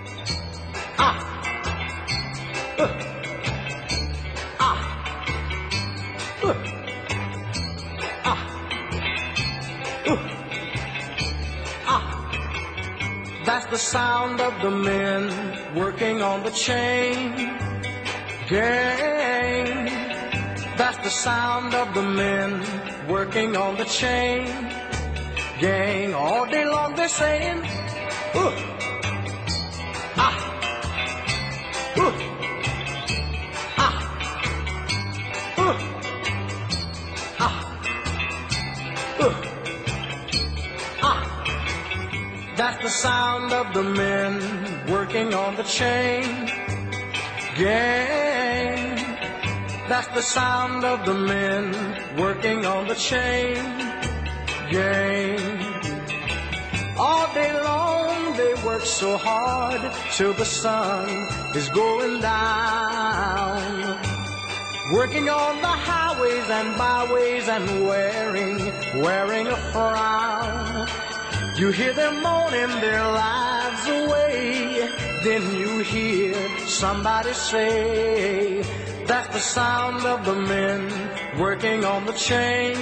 That's the sound of the men working on the chain gang. That's the sound of the men working on the chain gang. All day long they're saying, That's the sound of the men working on the chain gang. That's the sound of the men working on the chain gang. All day long they work so hard till the sun is going down. Working on the highways and byways and wearing a frown. You hear them moaning their lives away, then you hear somebody say, that's the sound of the men working on the chain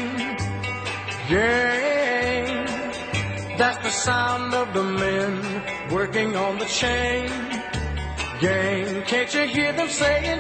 gang. That's the sound of the men working on the chain gang. Can't you hear them saying,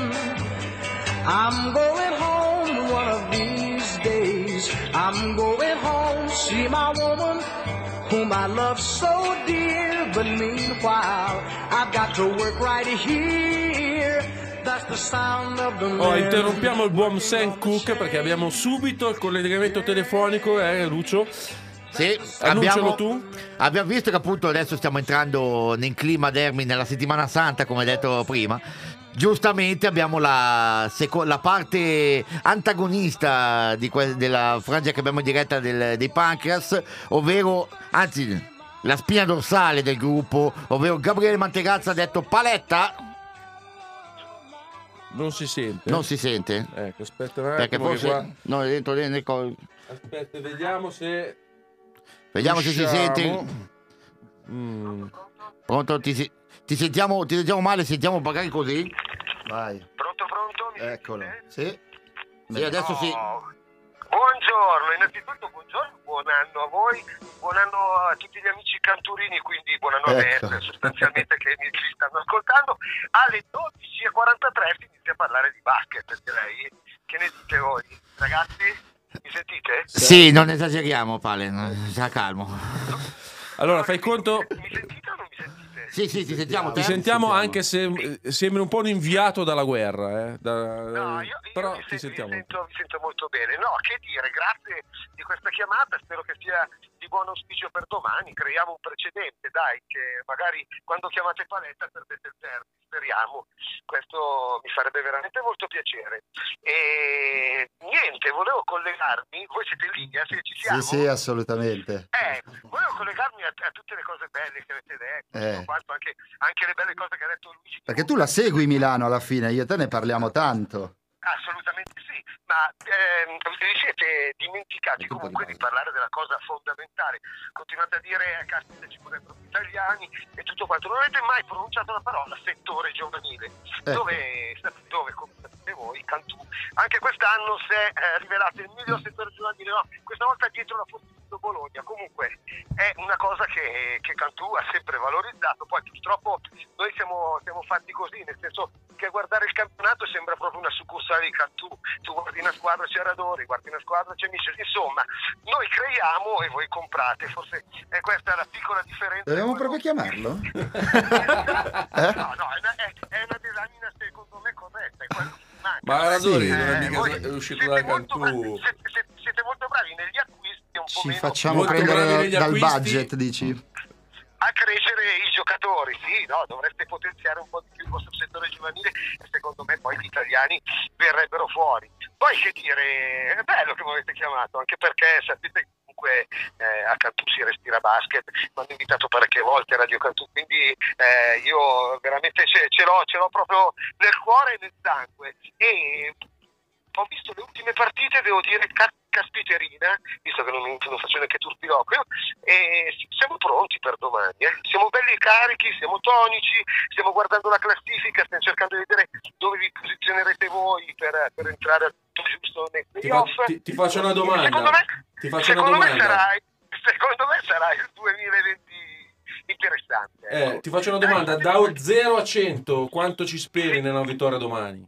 I'm going home one of these days. I'm going home, see my woman whom I love so dear. But meanwhile, I've got to work right here. That's the sound of the man. Interrompiamo il buon Sam Cook perché abbiamo subito il collegamento telefonico, Lucio? Sì, Annuncialo tu. abbiamo visto che appunto adesso stiamo entrando nel clima derby nella settimana santa, come detto prima. Giustamente abbiamo la parte antagonista della frangia che abbiamo in diretta dei Pancras, ovvero, anzi, la spina dorsale del gruppo, ovvero Gabriele Mantegazza, detto Paletta. Non si sente. Non si sente? Ecco, aspetta un attimo. Perché che forse qua... no, è dentro nel Aspetta, vediamo se. Vediamo se si riusciamo. sente. Pronto? Ti sentiamo male, sentiamo magari così. Vai. Pronto? Mi Eccolo. sentite? Sì. Sì, adesso sì. Buongiorno, innanzitutto buongiorno, buon anno a voi, buon anno a tutti gli amici canturini, quindi buon anno Ecco. a me, sostanzialmente che ci stanno ascoltando. Alle 12:43 si inizia a parlare di basket, direi. Che ne dite voi? Ragazzi, mi sentite? Sì, non esageriamo, Pale, sta calmo. Allora, fai conto. Mi sentite o non mi sentite? Sì, ti sentiamo. Ti sentiamo anche se sembri un po' un inviato dalla guerra. No, però io ti sentiamo. mi sento molto bene. No, che dire, grazie di questa chiamata, spero che sia di buon auspicio per domani. Creiamo un precedente, dai, che magari quando chiamate Paletta perdete il derby, speriamo. Questo mi farebbe veramente molto piacere. E niente, volevo collegarmi, voi siete lì, se ci siamo? Sì, assolutamente. Volevo collegarmi a tutte le cose belle che avete detto, anche le belle cose che ha detto Luigi. Perché tu la segui Milano alla fine, io e te ne parliamo tanto. Assolutamente sì, ma vi siete dimenticati comunque di parlare della cosa fondamentale. Continuate a dire caspita, ci vorrebbero più italiani e tutto quanto. Non avete mai pronunciato la parola settore giovanile, dove come sapete voi, Cantù anche quest'anno si è rivelato il miglior settore giovanile, no? Questa volta dietro la Fortitudo Bologna. Comunque è una cosa che Cantù ha sempre valorizzato. Poi purtroppo noi siamo fatti così, nel senso che a guardare il campionato sembra proprio una succursale di Cantù. Tu guardi una squadra, c'è Radori, guardi una squadra, c'è Michel. Insomma, noi creiamo e voi comprate. Forse è questa la piccola differenza. Dobbiamo proprio chiamarlo? No, è una disamina secondo me corretta. È quello che manca. Ma Radori non è Voi mica uscito siete da molto Cantù. siete molto bravi negli acquisti, un po' Ci meno facciamo Molto bravi prendere negli dal acquisti. budget, dici? a crescere i giocatori. Sì, no, dovreste potenziare un po' di più il vostro settore giovanile e secondo me poi gli italiani verrebbero fuori. Poi che dire, è bello che mi avete chiamato, anche perché sapete che comunque a Cantù si respira basket, mi hanno invitato parecchie volte a Radio Cantù, quindi io veramente ce l'ho proprio nel cuore e nel sangue. E ho visto le ultime partite, devo dire, caspiterina, visto che non faccio neanche turpiloquio, e siamo pronti per domani. Siamo belli carichi, siamo tonici, stiamo guardando la classifica, stiamo cercando di vedere dove vi posizionerete voi per entrare al punto giusto nei playoff. Ti faccio una domanda. Secondo me sarà il 2020 interessante. Ecco. Ti faccio una domanda, da 0 a 100 quanto ci speri nella vittoria domani?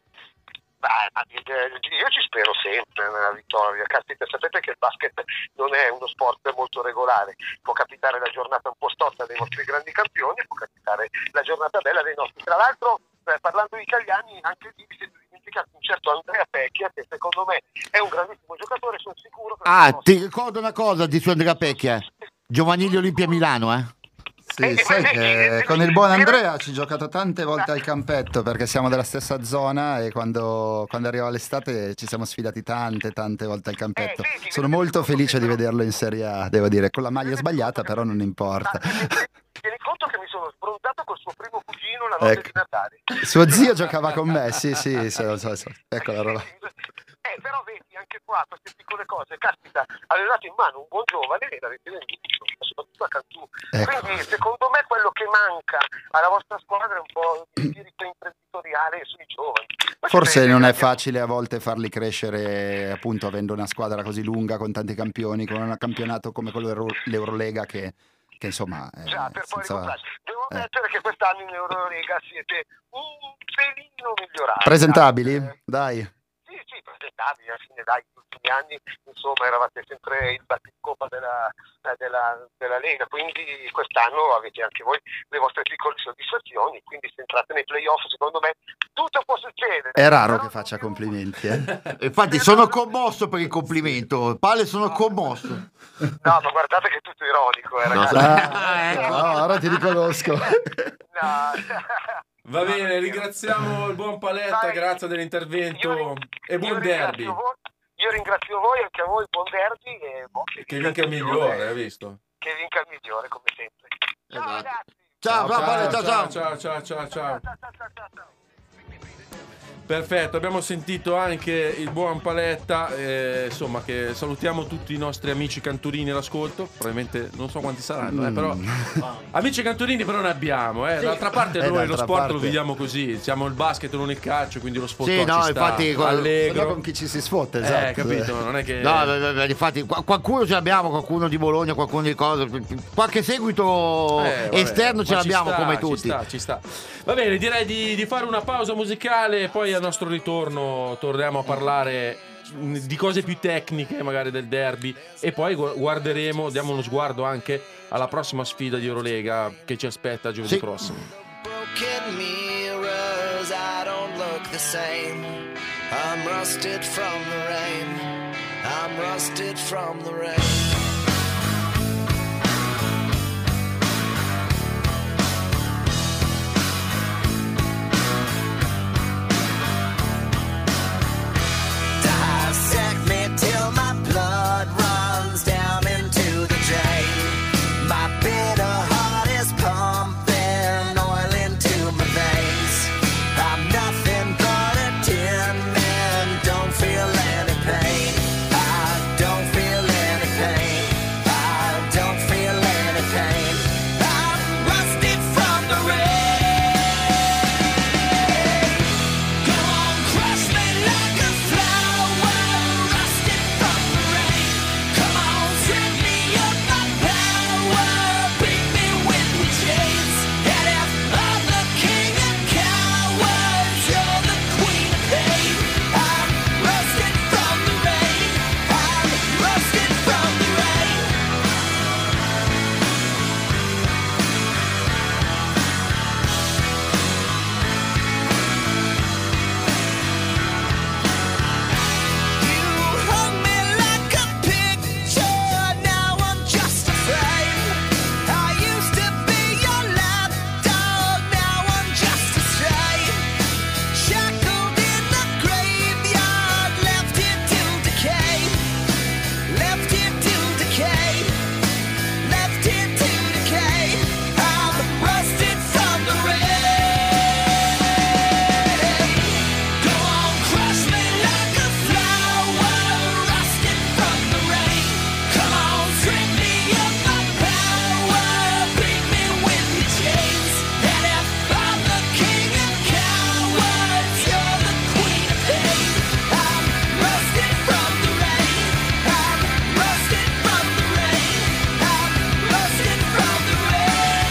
Io ci spero sempre nella vittoria. Caspita, sapete che il basket non è uno sport molto regolare, può capitare la giornata un po' storta dei nostri grandi campioni, può capitare la giornata bella dei nostri. Tra l'altro, parlando di italiani, anche lì vi siete dimenticati un certo Andrea Pecchia, che secondo me è un grandissimo giocatore, sono sicuro che ti ricordo una cosa di su Andrea Pecchia, Giovanili Olimpia Milano, Sì, sai che con il buon Andrea ci ho giocato tante volte al campetto perché siamo della stessa zona e quando arriva l'estate ci siamo sfidati tante volte al campetto. Sono molto felice di vederlo in Serie A, devo dire, con la maglia sbagliata però non importa. Tieni conto che mi sono sbronzato col suo primo cugino la notte di Natale. Suo zio giocava con me, sì, ecco la roba. Però vedi anche qua queste piccole cose, caspita, avevate in mano un buon giovane e l'avete venduto, soprattutto a Cantù. Ecco. Quindi secondo me quello che manca alla vostra squadra è un po' di spirito imprenditoriale sui giovani. Forse non è facile a volte farli crescere, appunto, avendo una squadra così lunga con tanti campioni, con un campionato come quello dell'Eurolega che insomma già, per poi ricordarci. Devo ammettere che quest'anno in Eurolega siete un pelino migliorati. Presentabili? Dai. Sì, presentabili, alla fine dai, gli ultimi anni insomma eravate sempre il batticoppa della Lega, quindi quest'anno avete anche voi le vostre piccole soddisfazioni, quindi se entrate nei playoff secondo me tutto può succedere. È raro che faccia complimenti, Infatti sono commosso per il complimento, Pale, sono commosso. No, ma guardate che è tutto ironico, ragazzi. No, ora ti riconosco. No. Va bene, ringraziamo il buon Paletta, grazie dell'intervento e buon derby. Io ringrazio voi, anche a voi, buon derby e che vinca il migliore, hai visto? Che vinca il migliore, come sempre. Ciao ragazzi. Ciao. Perfetto, abbiamo sentito anche il buon Paletta, insomma, che salutiamo tutti i nostri amici canturini all'ascolto, probabilmente non so quanti saranno, però amici canturini però ne abbiamo, d'altra parte noi lo sport lo viviamo così, siamo il basket non il calcio, quindi lo sport ci sta, infatti, allegro con chi ci si sfotta, esatto. capito, non è che infatti qualcuno ce l'abbiamo, qualcuno di Bologna, qualcuno di cosa, qualche seguito esterno ce l'abbiamo come tutti. Ci sta. Va bene, direi di fare una pausa musicale e poi al nostro ritorno torniamo a parlare di cose più tecniche magari del derby, e poi guarderemo, diamo uno sguardo anche alla prossima sfida di Eurolega che ci aspetta giovedì prossimo. Broken mirrors, I don't look the same. I'm rusted from the rain. I'm rusted from the rain. Dissect me till my blood runs down into the drain. My bitter heart is pumping oil into my veins. I'm nothing but a tin man, don't feel any pain. I don't feel any pain. I don't feel any pain. I'm rusted from the rain. Go on, crush me like a flower, rusted from the rain. Come on, strip me of my power, beat me with the chains. And if I'm the king of cowards, you're the queen of pain. I'm rusted from the rain. I'm rusted from the rain. You hung me like a picture, now I'm just a frame. I used to be your lapdog, now I'm just a strain. Shackled in the graveyard, left here to decay. Left here to decay. Left here to decay. I'm rusted from the rain. Go on, crush me like a flower, rusted from the rain. Come on, strip me of my power, beat me with your chains. And if I'm the king of cowards, you're the queen of pain. I'm rusted from the rain. I'm rusted from the rain. I'm rusted from the rain.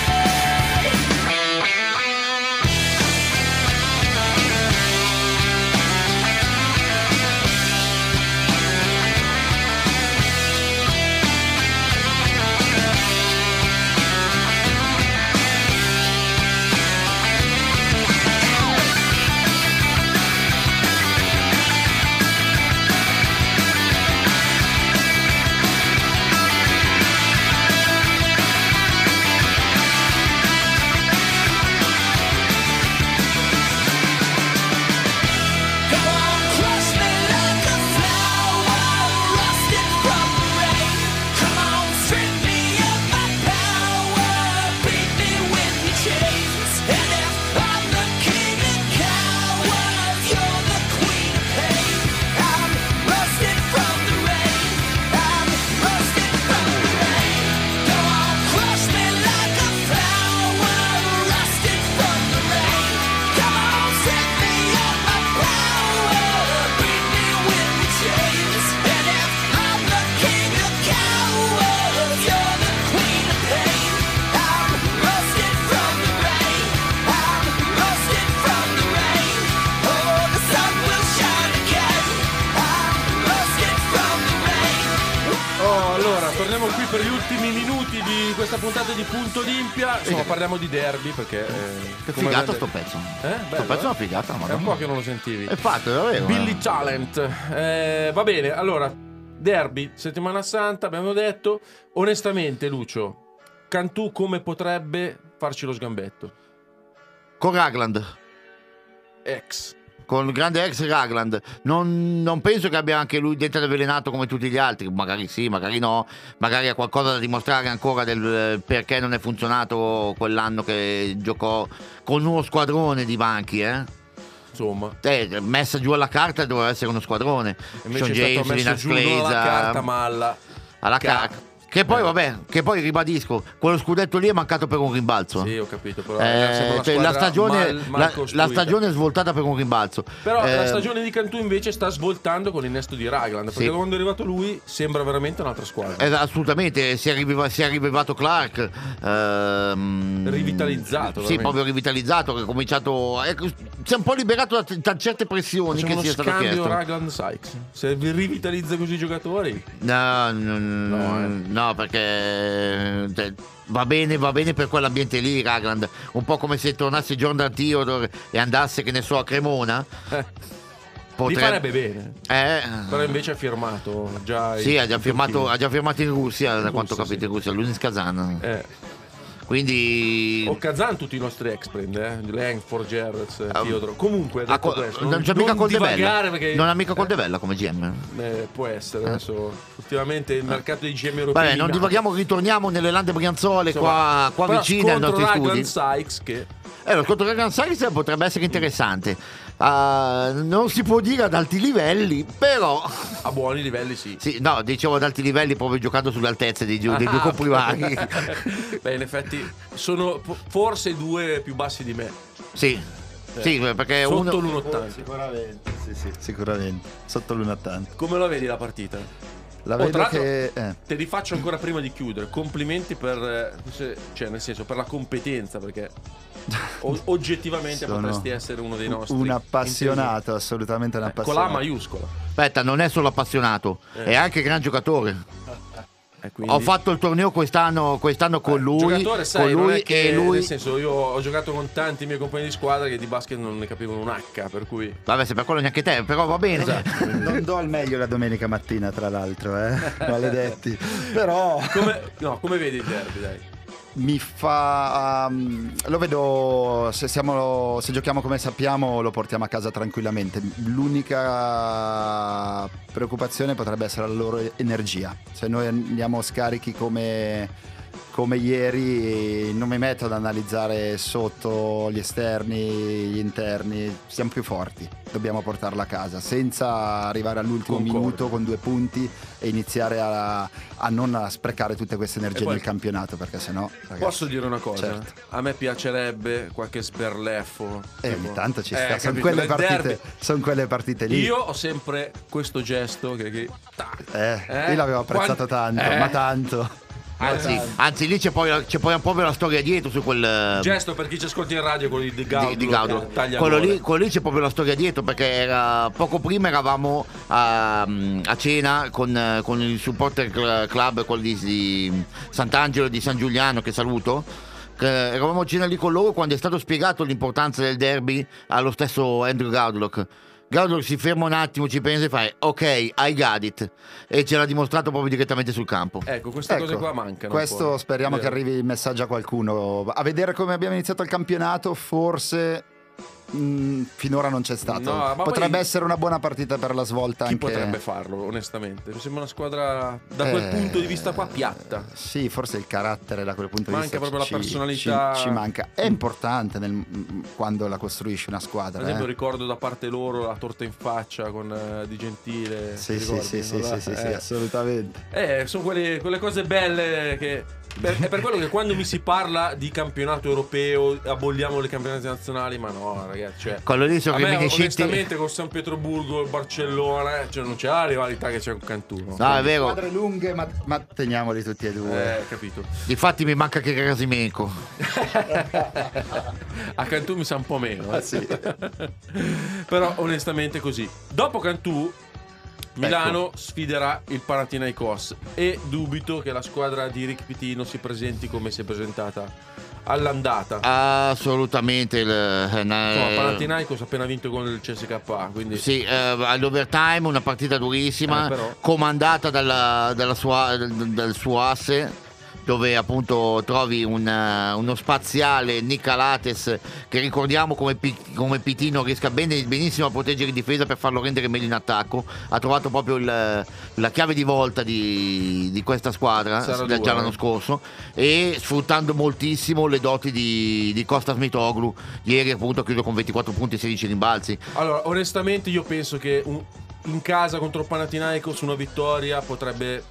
Go on, crush me like a flower, rusted from the rain. Come on, strip me of my power, beat me with your chains. And if I'm the king of cowards, you're the queen of pain. I'm rusted from the rain. I'm rusted from the rain. Go on, crush me like a flower, rusted from the rain. Come on, strip me of my power, beat me with your chains. And if I'm the king of cowards, you're the queen of pain. I'm rusted from the rain. I'm rusted from the rain. Oh, the sun will shine again. I'm rusted from the rain. Oh, allora, torniamo qui per gli ultimi minuti di questa puntata di Punto Olimpia. Insomma, parliamo di derby perché... Che come figata avete- sto pezzo. Bello, Sto pezzo è una figata, È un madonna. po' che non lo sentivi. È fatto, è davvero. Billy Talent. Va bene, allora, derby, settimana santa, abbiamo detto. Onestamente, Lucio, Cantù come potrebbe farci lo sgambetto? Con Ragland. Ex. Con il grande ex Ragland. Non penso che abbia anche lui dente avvelenato come tutti gli altri. Magari sì, magari no. Magari ha qualcosa da dimostrare ancora del perché non è funzionato quell'anno che giocò con uno squadrone di banchi, Insomma, messa giù alla carta doveva essere uno squadrone. invece Sean è stato James, messo Linas giù non alla Clay, carta ma alla alla ca- carta. Che poi, vabbè, che poi ribadisco, quello scudetto lì è mancato per un rimbalzo. Sì, ho capito, però Cioè, la stagione è svoltata per un rimbalzo. Però la stagione di Cantù invece sta svoltando con l'innesto di Ragland, perché quando è arrivato lui sembra veramente un'altra squadra. Assolutamente, si è rivivato Clark. Rivitalizzato. Sì, proprio rivitalizzato, che ha cominciato. Si è un po' liberato da certe pressioni. Facciamo che sia stato chiesto. Ragland-Sykes. Se vi rivitalizza così i giocatori. No, perché va bene per quell'ambiente lì, Ragland. Un po' come se tornasse Jordan Theodore e andasse, che ne so, a Cremona. Gli farebbe bene. Però invece ha firmato già. Sì, ha già firmato in Russia, da quanto ho capito, in Russia, l'Unis Kazan. Quindi o Kazan tutti i nostri ex prende, Langford, Gerrits, Theodore. Comunque detto questo, non c'è mica divagare perché non ha mica Coldevella come GM. Può essere adesso ultimamente il mercato dei GM europei. Vabbè, non divaghiamo, ritorniamo nelle lande brianzole, qua vicine ai nostri studi. Sykes che lo scontro Ragland Sykes potrebbe essere interessante. Non si può dire ad alti livelli, però a buoni livelli sì. No, dicevo ad alti livelli proprio giocando sulle altezze dei due comprimari. Beh, in effetti sono forse i due più bassi di me. Sì, perché sotto l'1,80. Sicuramente sotto l'1,80. Come la vedi la partita? La vedo te li faccio ancora prima di chiudere. Complimenti per nel senso, per la competenza, perché oggettivamente potresti essere uno dei nostri. Un appassionato, assolutamente un appassionato. Con la maiuscola. Aspetta, non è solo appassionato, è anche gran giocatore. Quindi... Ho fatto il torneo quest'anno con lui. Giocatore, sai, con lui non è che, e lui. nel senso, io ho giocato con tanti miei compagni di squadra che di basket non ne capivano un H, per cui. Vabbè, se per quello neanche te, però va bene. Esatto. Non do al meglio la domenica mattina, tra l'altro, maledetti. Però. Come vedi il derby, dai? Mi fa lo vedo, se giochiamo come sappiamo lo portiamo a casa tranquillamente. L'unica preoccupazione potrebbe essere la loro energia. Se noi andiamo scarichi come ieri, non mi metto ad analizzare sotto gli esterni, gli interni, siamo più forti, dobbiamo portarla a casa senza arrivare all'ultimo minuto con 2 punti e iniziare a non sprecare tutte queste energie nel campionato, perché sennò, ragazzi, posso dire una cosa? Certo. A me piacerebbe qualche sberleffo ogni tanto ci sta, sono capito? quelle partite lì. Io ho sempre questo gesto che io l'avevo apprezzato tanto, ma tanto. Anzi, lì c'è poi proprio la storia dietro su quel gesto. Per chi ci ascolta in radio, quello di Gaudio, quello lì c'è proprio la storia dietro, perché poco prima eravamo a cena con il supporter club, quello di Sant'Angelo e di San Giuliano, che saluto. Eravamo a cena lì con loro quando è stato spiegato l'importanza del derby allo stesso Andrew Gaudilock. Gaudilock si ferma un attimo, ci pensa e fa ok, I got it, e ce l'ha dimostrato proprio direttamente sul campo. Queste cose qua mancano. Questo speriamo che arrivi il messaggio a qualcuno. A vedere come abbiamo iniziato il campionato, forse finora non c'è stato. Potrebbe essere una buona partita per la svolta. Chi anche... potrebbe farlo, onestamente? Mi sembra una squadra da quel punto di vista qua piatta. Sì, forse il carattere da quel punto manca di vista. Manca proprio la personalità. Ci manca. È importante quando la costruisci una squadra. Per esempio, ricordo da parte loro la torta in faccia con Di Gentile. Sì, assolutamente. Sono quelle cose belle che. È per quello che quando mi si parla di campionato europeo abolliamo le campionati nazionali, ma no, ragazzi, quello lì so a che me, onestamente con San Pietroburgo, il Barcellona, non c'è la rivalità che c'è con Cantuno. No, è vero. Squadre lunghe, ma teniamoli tutti e due. Capito. Difatti mi manca che Krasimenko. A Cantù mi sa un po' meno. Sì. Però onestamente così. Dopo Cantù Milano sfiderà il Panathinaikos e dubito che la squadra di Rick Pitino si presenti come si è presentata all'andata. Assolutamente. Panathinaikos ha appena vinto con il CSKA, quindi sì, all'overtime una partita durissima, comandata dal suo asse, dove appunto trovi uno spaziale Nick Alates, che ricordiamo come Pitino riesca benissimo a proteggere in difesa per farlo rendere meglio in attacco. Ha trovato proprio la chiave di volta di questa squadra già l'anno scorso, e sfruttando moltissimo le doti di Kostas Mitoglu. Ieri appunto chiuso con 24 punti e 16 rimbalzi. Allora, onestamente io penso che in casa contro Panathinaikos una vittoria potrebbe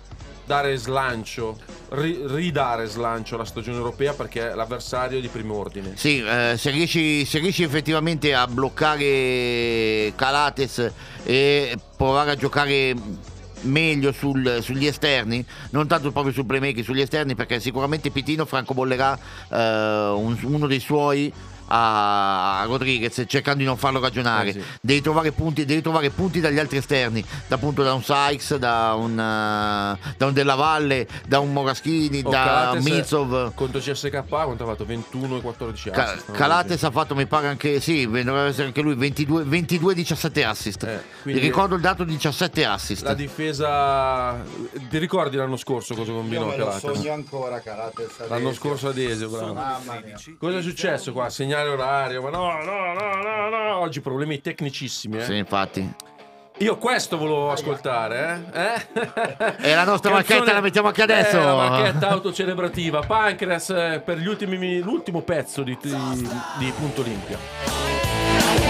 dare slancio, ridare slancio alla stagione europea, perché è l'avversario di primo ordine. Sì, se riesci effettivamente a bloccare Calates e provare a giocare meglio sugli esterni, non tanto proprio sul playmaking, sugli esterni, perché sicuramente Pitino francobollerà uno dei suoi a Rodriguez, cercando di non farlo ragionare. Sì. Devi trovare punti dagli altri esterni, appunto da un Sykes, da un Della Valle, da un Moraschini, da Calates Mitsov. contro CSK quanto ha fatto? 21 e 14 assist. Calates ha fatto, mi pare anche, sì, dovrebbe essere anche lui 22-17 assist. Quindi Ricordo il dato di 17 assist. la difesa, ti ricordi l'anno scorso cosa Io combinò me lo Calates? sogno ancora Calates. L'anno scorso ad Esio, bravo. Mamma mia. Cosa è successo qua? Segnale orario, ma no. Oggi problemi tecnicissimi, Sì, infatti. Io questo volevo ascoltare, E la nostra marchetta la mettiamo anche adesso. La marchetta autocelebrativa. Pancreas per l'ultimo pezzo di Punto Olimpia.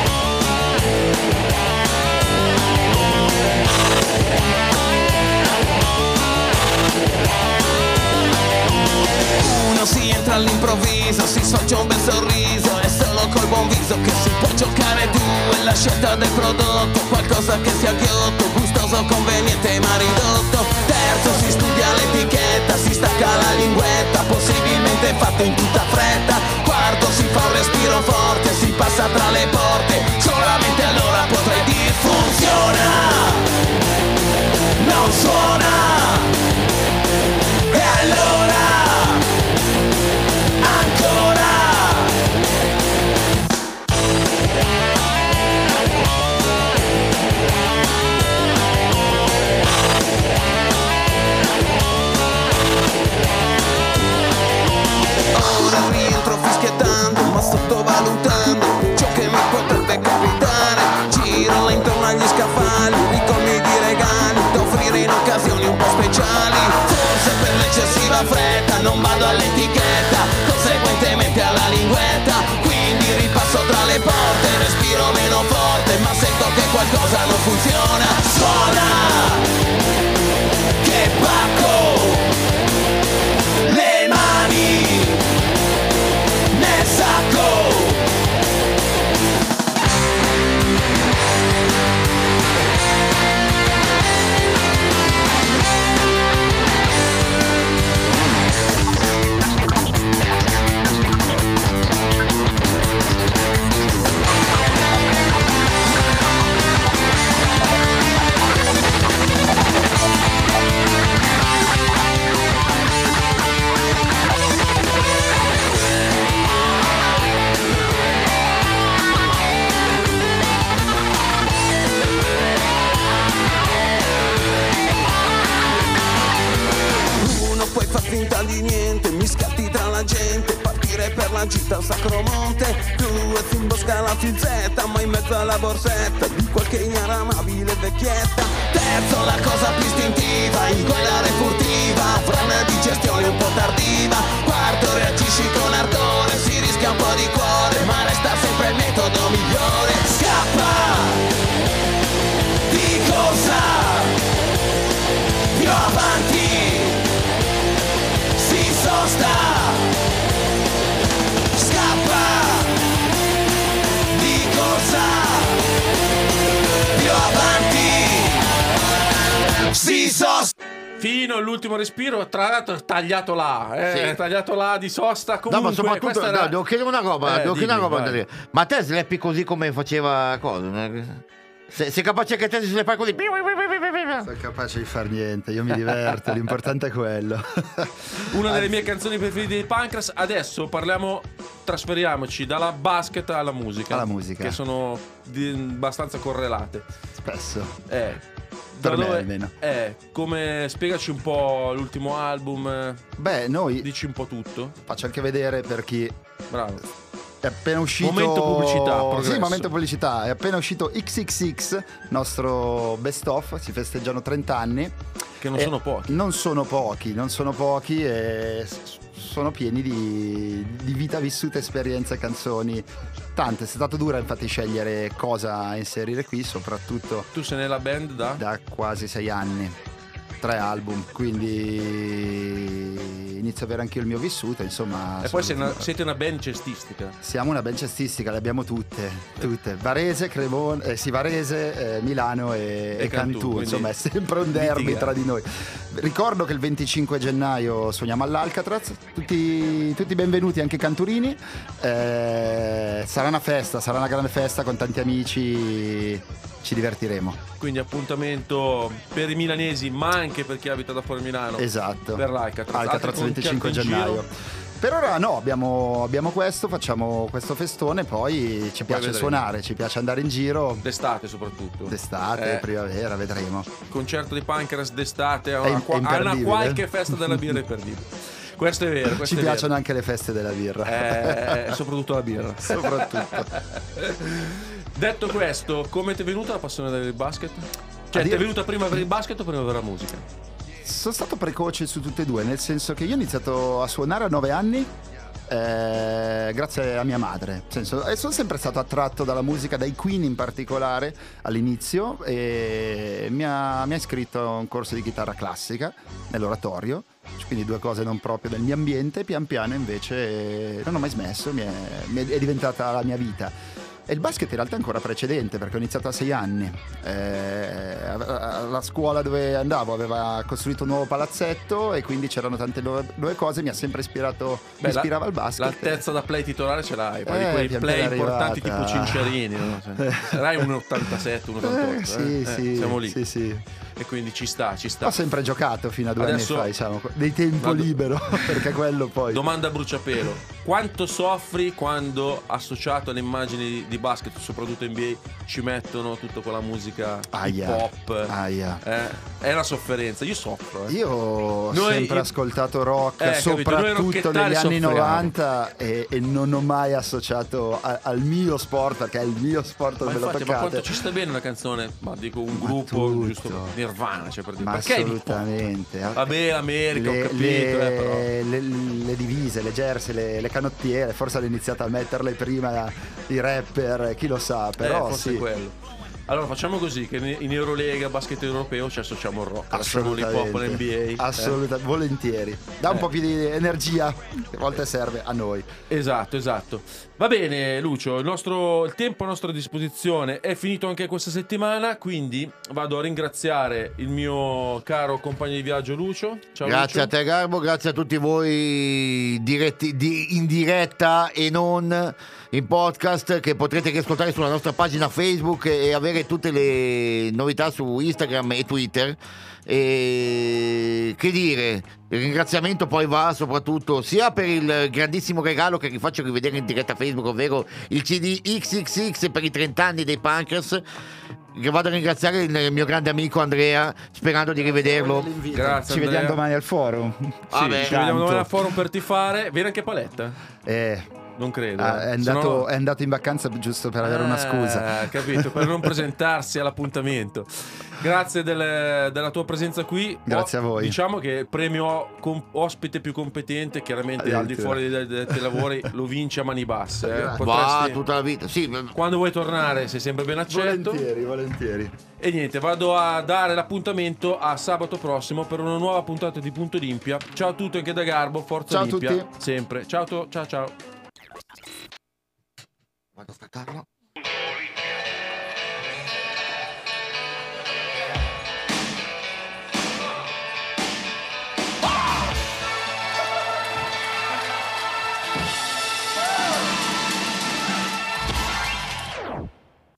Uno si entra all'improvviso, si sfoggia un bel sorriso, è solo col buon viso che si può giocare due. La scelta del prodotto, qualcosa che sia ghiotto, gustoso, conveniente ma ridotto. Terzo si studia l'etichetta, si stacca la linguetta, possibilmente fatto in tutta fretta. Quarto si fa un respiro forte, si passa tra le porte, solamente allora potrai dire funziona, non suona. E allora ancora. Ora rientro fischiettando, ma sottovalutando ciò che mi potrebbe capitare. Giro là intorno agli scaffali, ricolmi di regali da offrire in occasioni un po' speciali. Forse per l'eccessiva fretta non vado all'etichetta, conseguentemente alla linguetta. Quindi ripasso tra le porte, respiro meno forte, ma sento che qualcosa non funziona. Suona, che pacco, le mani nel sacco. Uno poi fa finta di niente, mi scatti tra la gente, partire per la gita al Sacromonte. Due si imbosca la finzetta, ma in mezzo alla borsetta di qualche ignoramabile vecchietta. Terzo la cosa più istintiva, inquadrare furtiva, fra una digestione un po' tardiva. Quarto reagisci con ardore, si rischia un po' di cuore, ma resta sempre il metodo migliore. Scappa di corsa, più avanti si sosta. Scappa di corsa, più avanti si sosta. Fino all'ultimo respiro, tra l'altro tagliato là, Sì. tagliato là di sosta. No, Comunque, ma soprattutto questa era- devo chiedere una roba, dimmi, vai. Andrea. Ma te slappi così come faceva cosa? Sei capace che te slappi così? Sono capace di far niente, io mi diverto, l'importante è quello. Una delle mie canzoni preferite di Pancras. Adesso trasferiamoci dalla basket alla musica. Alla musica. Che sono abbastanza correlate. Spesso. Da Per me dove- almeno. come spiegaci un po' l'ultimo album, Beh, noi dici un po' tutto. faccio anche vedere per chi Bravo. è appena uscito. Momento pubblicità, progresso. Sì, momento pubblicità. È appena uscito XXX, nostro best of. Si festeggiano 30 anni. Che non sono pochi. Non sono pochi e sono pieni di vita vissuta, esperienze, canzoni. Tante, è stato dura infatti scegliere cosa inserire qui, soprattutto Tu sei nella band da? da quasi 6 anni. 3 album, quindi inizio ad avere anche io il mio vissuto, insomma. E poi siete una band cestistica. Siamo una band cestistica, le abbiamo tutte. Varese, Cremona, Varese, Milano e Cantù, insomma è sempre un derby tra di noi. Ricordo che il 25 gennaio suoniamo all'Alcatraz, tutti benvenuti, anche canturini. Sarà una festa, sarà una grande festa con tanti amici, ci divertiremo. Quindi appuntamento per i milanesi, ma anche per chi abita da fuori Milano. Esatto. Per l'Alcatraz. Alcatraz 25 gennaio. Per ora no, abbiamo questo, facciamo questo festone, poi ci piace suonare, ci piace andare in giro. D'estate soprattutto. D'estate, primavera, vedremo. Concerto di Pancras d'estate, a È una qualche festa della birra imperdibile. Questo è vero. Ci piacciono anche le feste della birra. Soprattutto la birra. Soprattutto. Detto questo, come ti è venuta la passione del basket? Cioè, ti è venuta prima per il basket o prima per la musica? Sono stato precoce su tutte e due, nel senso che io ho iniziato a suonare a 9 anni grazie a mia madre, e sono sempre stato attratto dalla musica, dai Queen in particolare all'inizio, e mi ha iscritto a un corso di chitarra classica nell'oratorio, quindi 2 cose non proprio del mio ambiente. Pian piano invece non ho mai smesso, è diventata la mia vita. E il basket in realtà è ancora precedente, perché ho iniziato a 6 anni. La scuola dove andavo aveva costruito un nuovo palazzetto e quindi c'erano tante nuove cose, mi ha sempre ispirava al basket. L'altezza da play titolare ce l'hai, poi di quei play importanti tipo Cinciarini, no? Sarai un 87, un 88. Sì, siamo lì. Sì. E quindi ci sta. Ho sempre giocato fino a 2 anni fa, diciamo, dei tempo libero, perché quello poi. Domanda a bruciapelo: quanto soffri quando, associato alle immagini di basket, soprattutto NBA, ci mettono tutta quella musica hip hop? È una sofferenza, io soffro. Io ho sempre ascoltato rock, soprattutto negli anni 90, e non ho mai associato al mio sport, perché è il mio sport dove lo toccate. Ma quanto ci sta bene una canzone, ma dico un gruppo, giusto, Nirvana, cioè per dire, perché assolutamente. Vabbè, l'America, ho capito, però. Le divise, le jersey, le canottiere, forse hanno iniziato a metterle prima i rapper, chi lo sa, però forse sì. È quello. Allora facciamo così, che in Eurolega, basket europeo, ci associamo al rock, lasciamo l'hip hop all'NBA. Assolutamente, volentieri. Dà un po' più di energia, che a volte serve a noi. Esatto. Va bene Lucio, il tempo a nostra disposizione è finito anche questa settimana, quindi vado a ringraziare il mio caro compagno di viaggio Lucio. Ciao grazie Lucio. A te Garbo, grazie a tutti voi in diretta e non in podcast, che potrete ascoltare sulla nostra pagina Facebook e avere tutte le novità su Instagram e Twitter. E che dire, il ringraziamento poi va soprattutto sia per il grandissimo regalo che vi faccio rivedere in diretta Facebook, ovvero il CD XXX per i 30 anni dei Punkers, che vado a ringraziare il mio grande amico Andrea, sperando di rivederlo. Grazie, ci vediamo domani al forum. Ci vediamo domani al forum per tifare. Viene anche Paletta? Non credo. È andato in vacanza giusto per avere una scusa. Capito, per non presentarsi all'appuntamento. Grazie della tua presenza qui. Grazie a voi. Diciamo che il premio ospite più competente, chiaramente al di fuori dei lavori, lo vince a mani basse. Va tutta la vita. Sì. Quando vuoi tornare sei sempre ben accetto. Volentieri. E niente, vado a dare l'appuntamento a sabato prossimo per una nuova puntata di Punto Olimpia. Ciao a tutti anche da Garbo, forza ciao Olimpia. a tutti. Sempre. Ciao. Vado a scattarlo.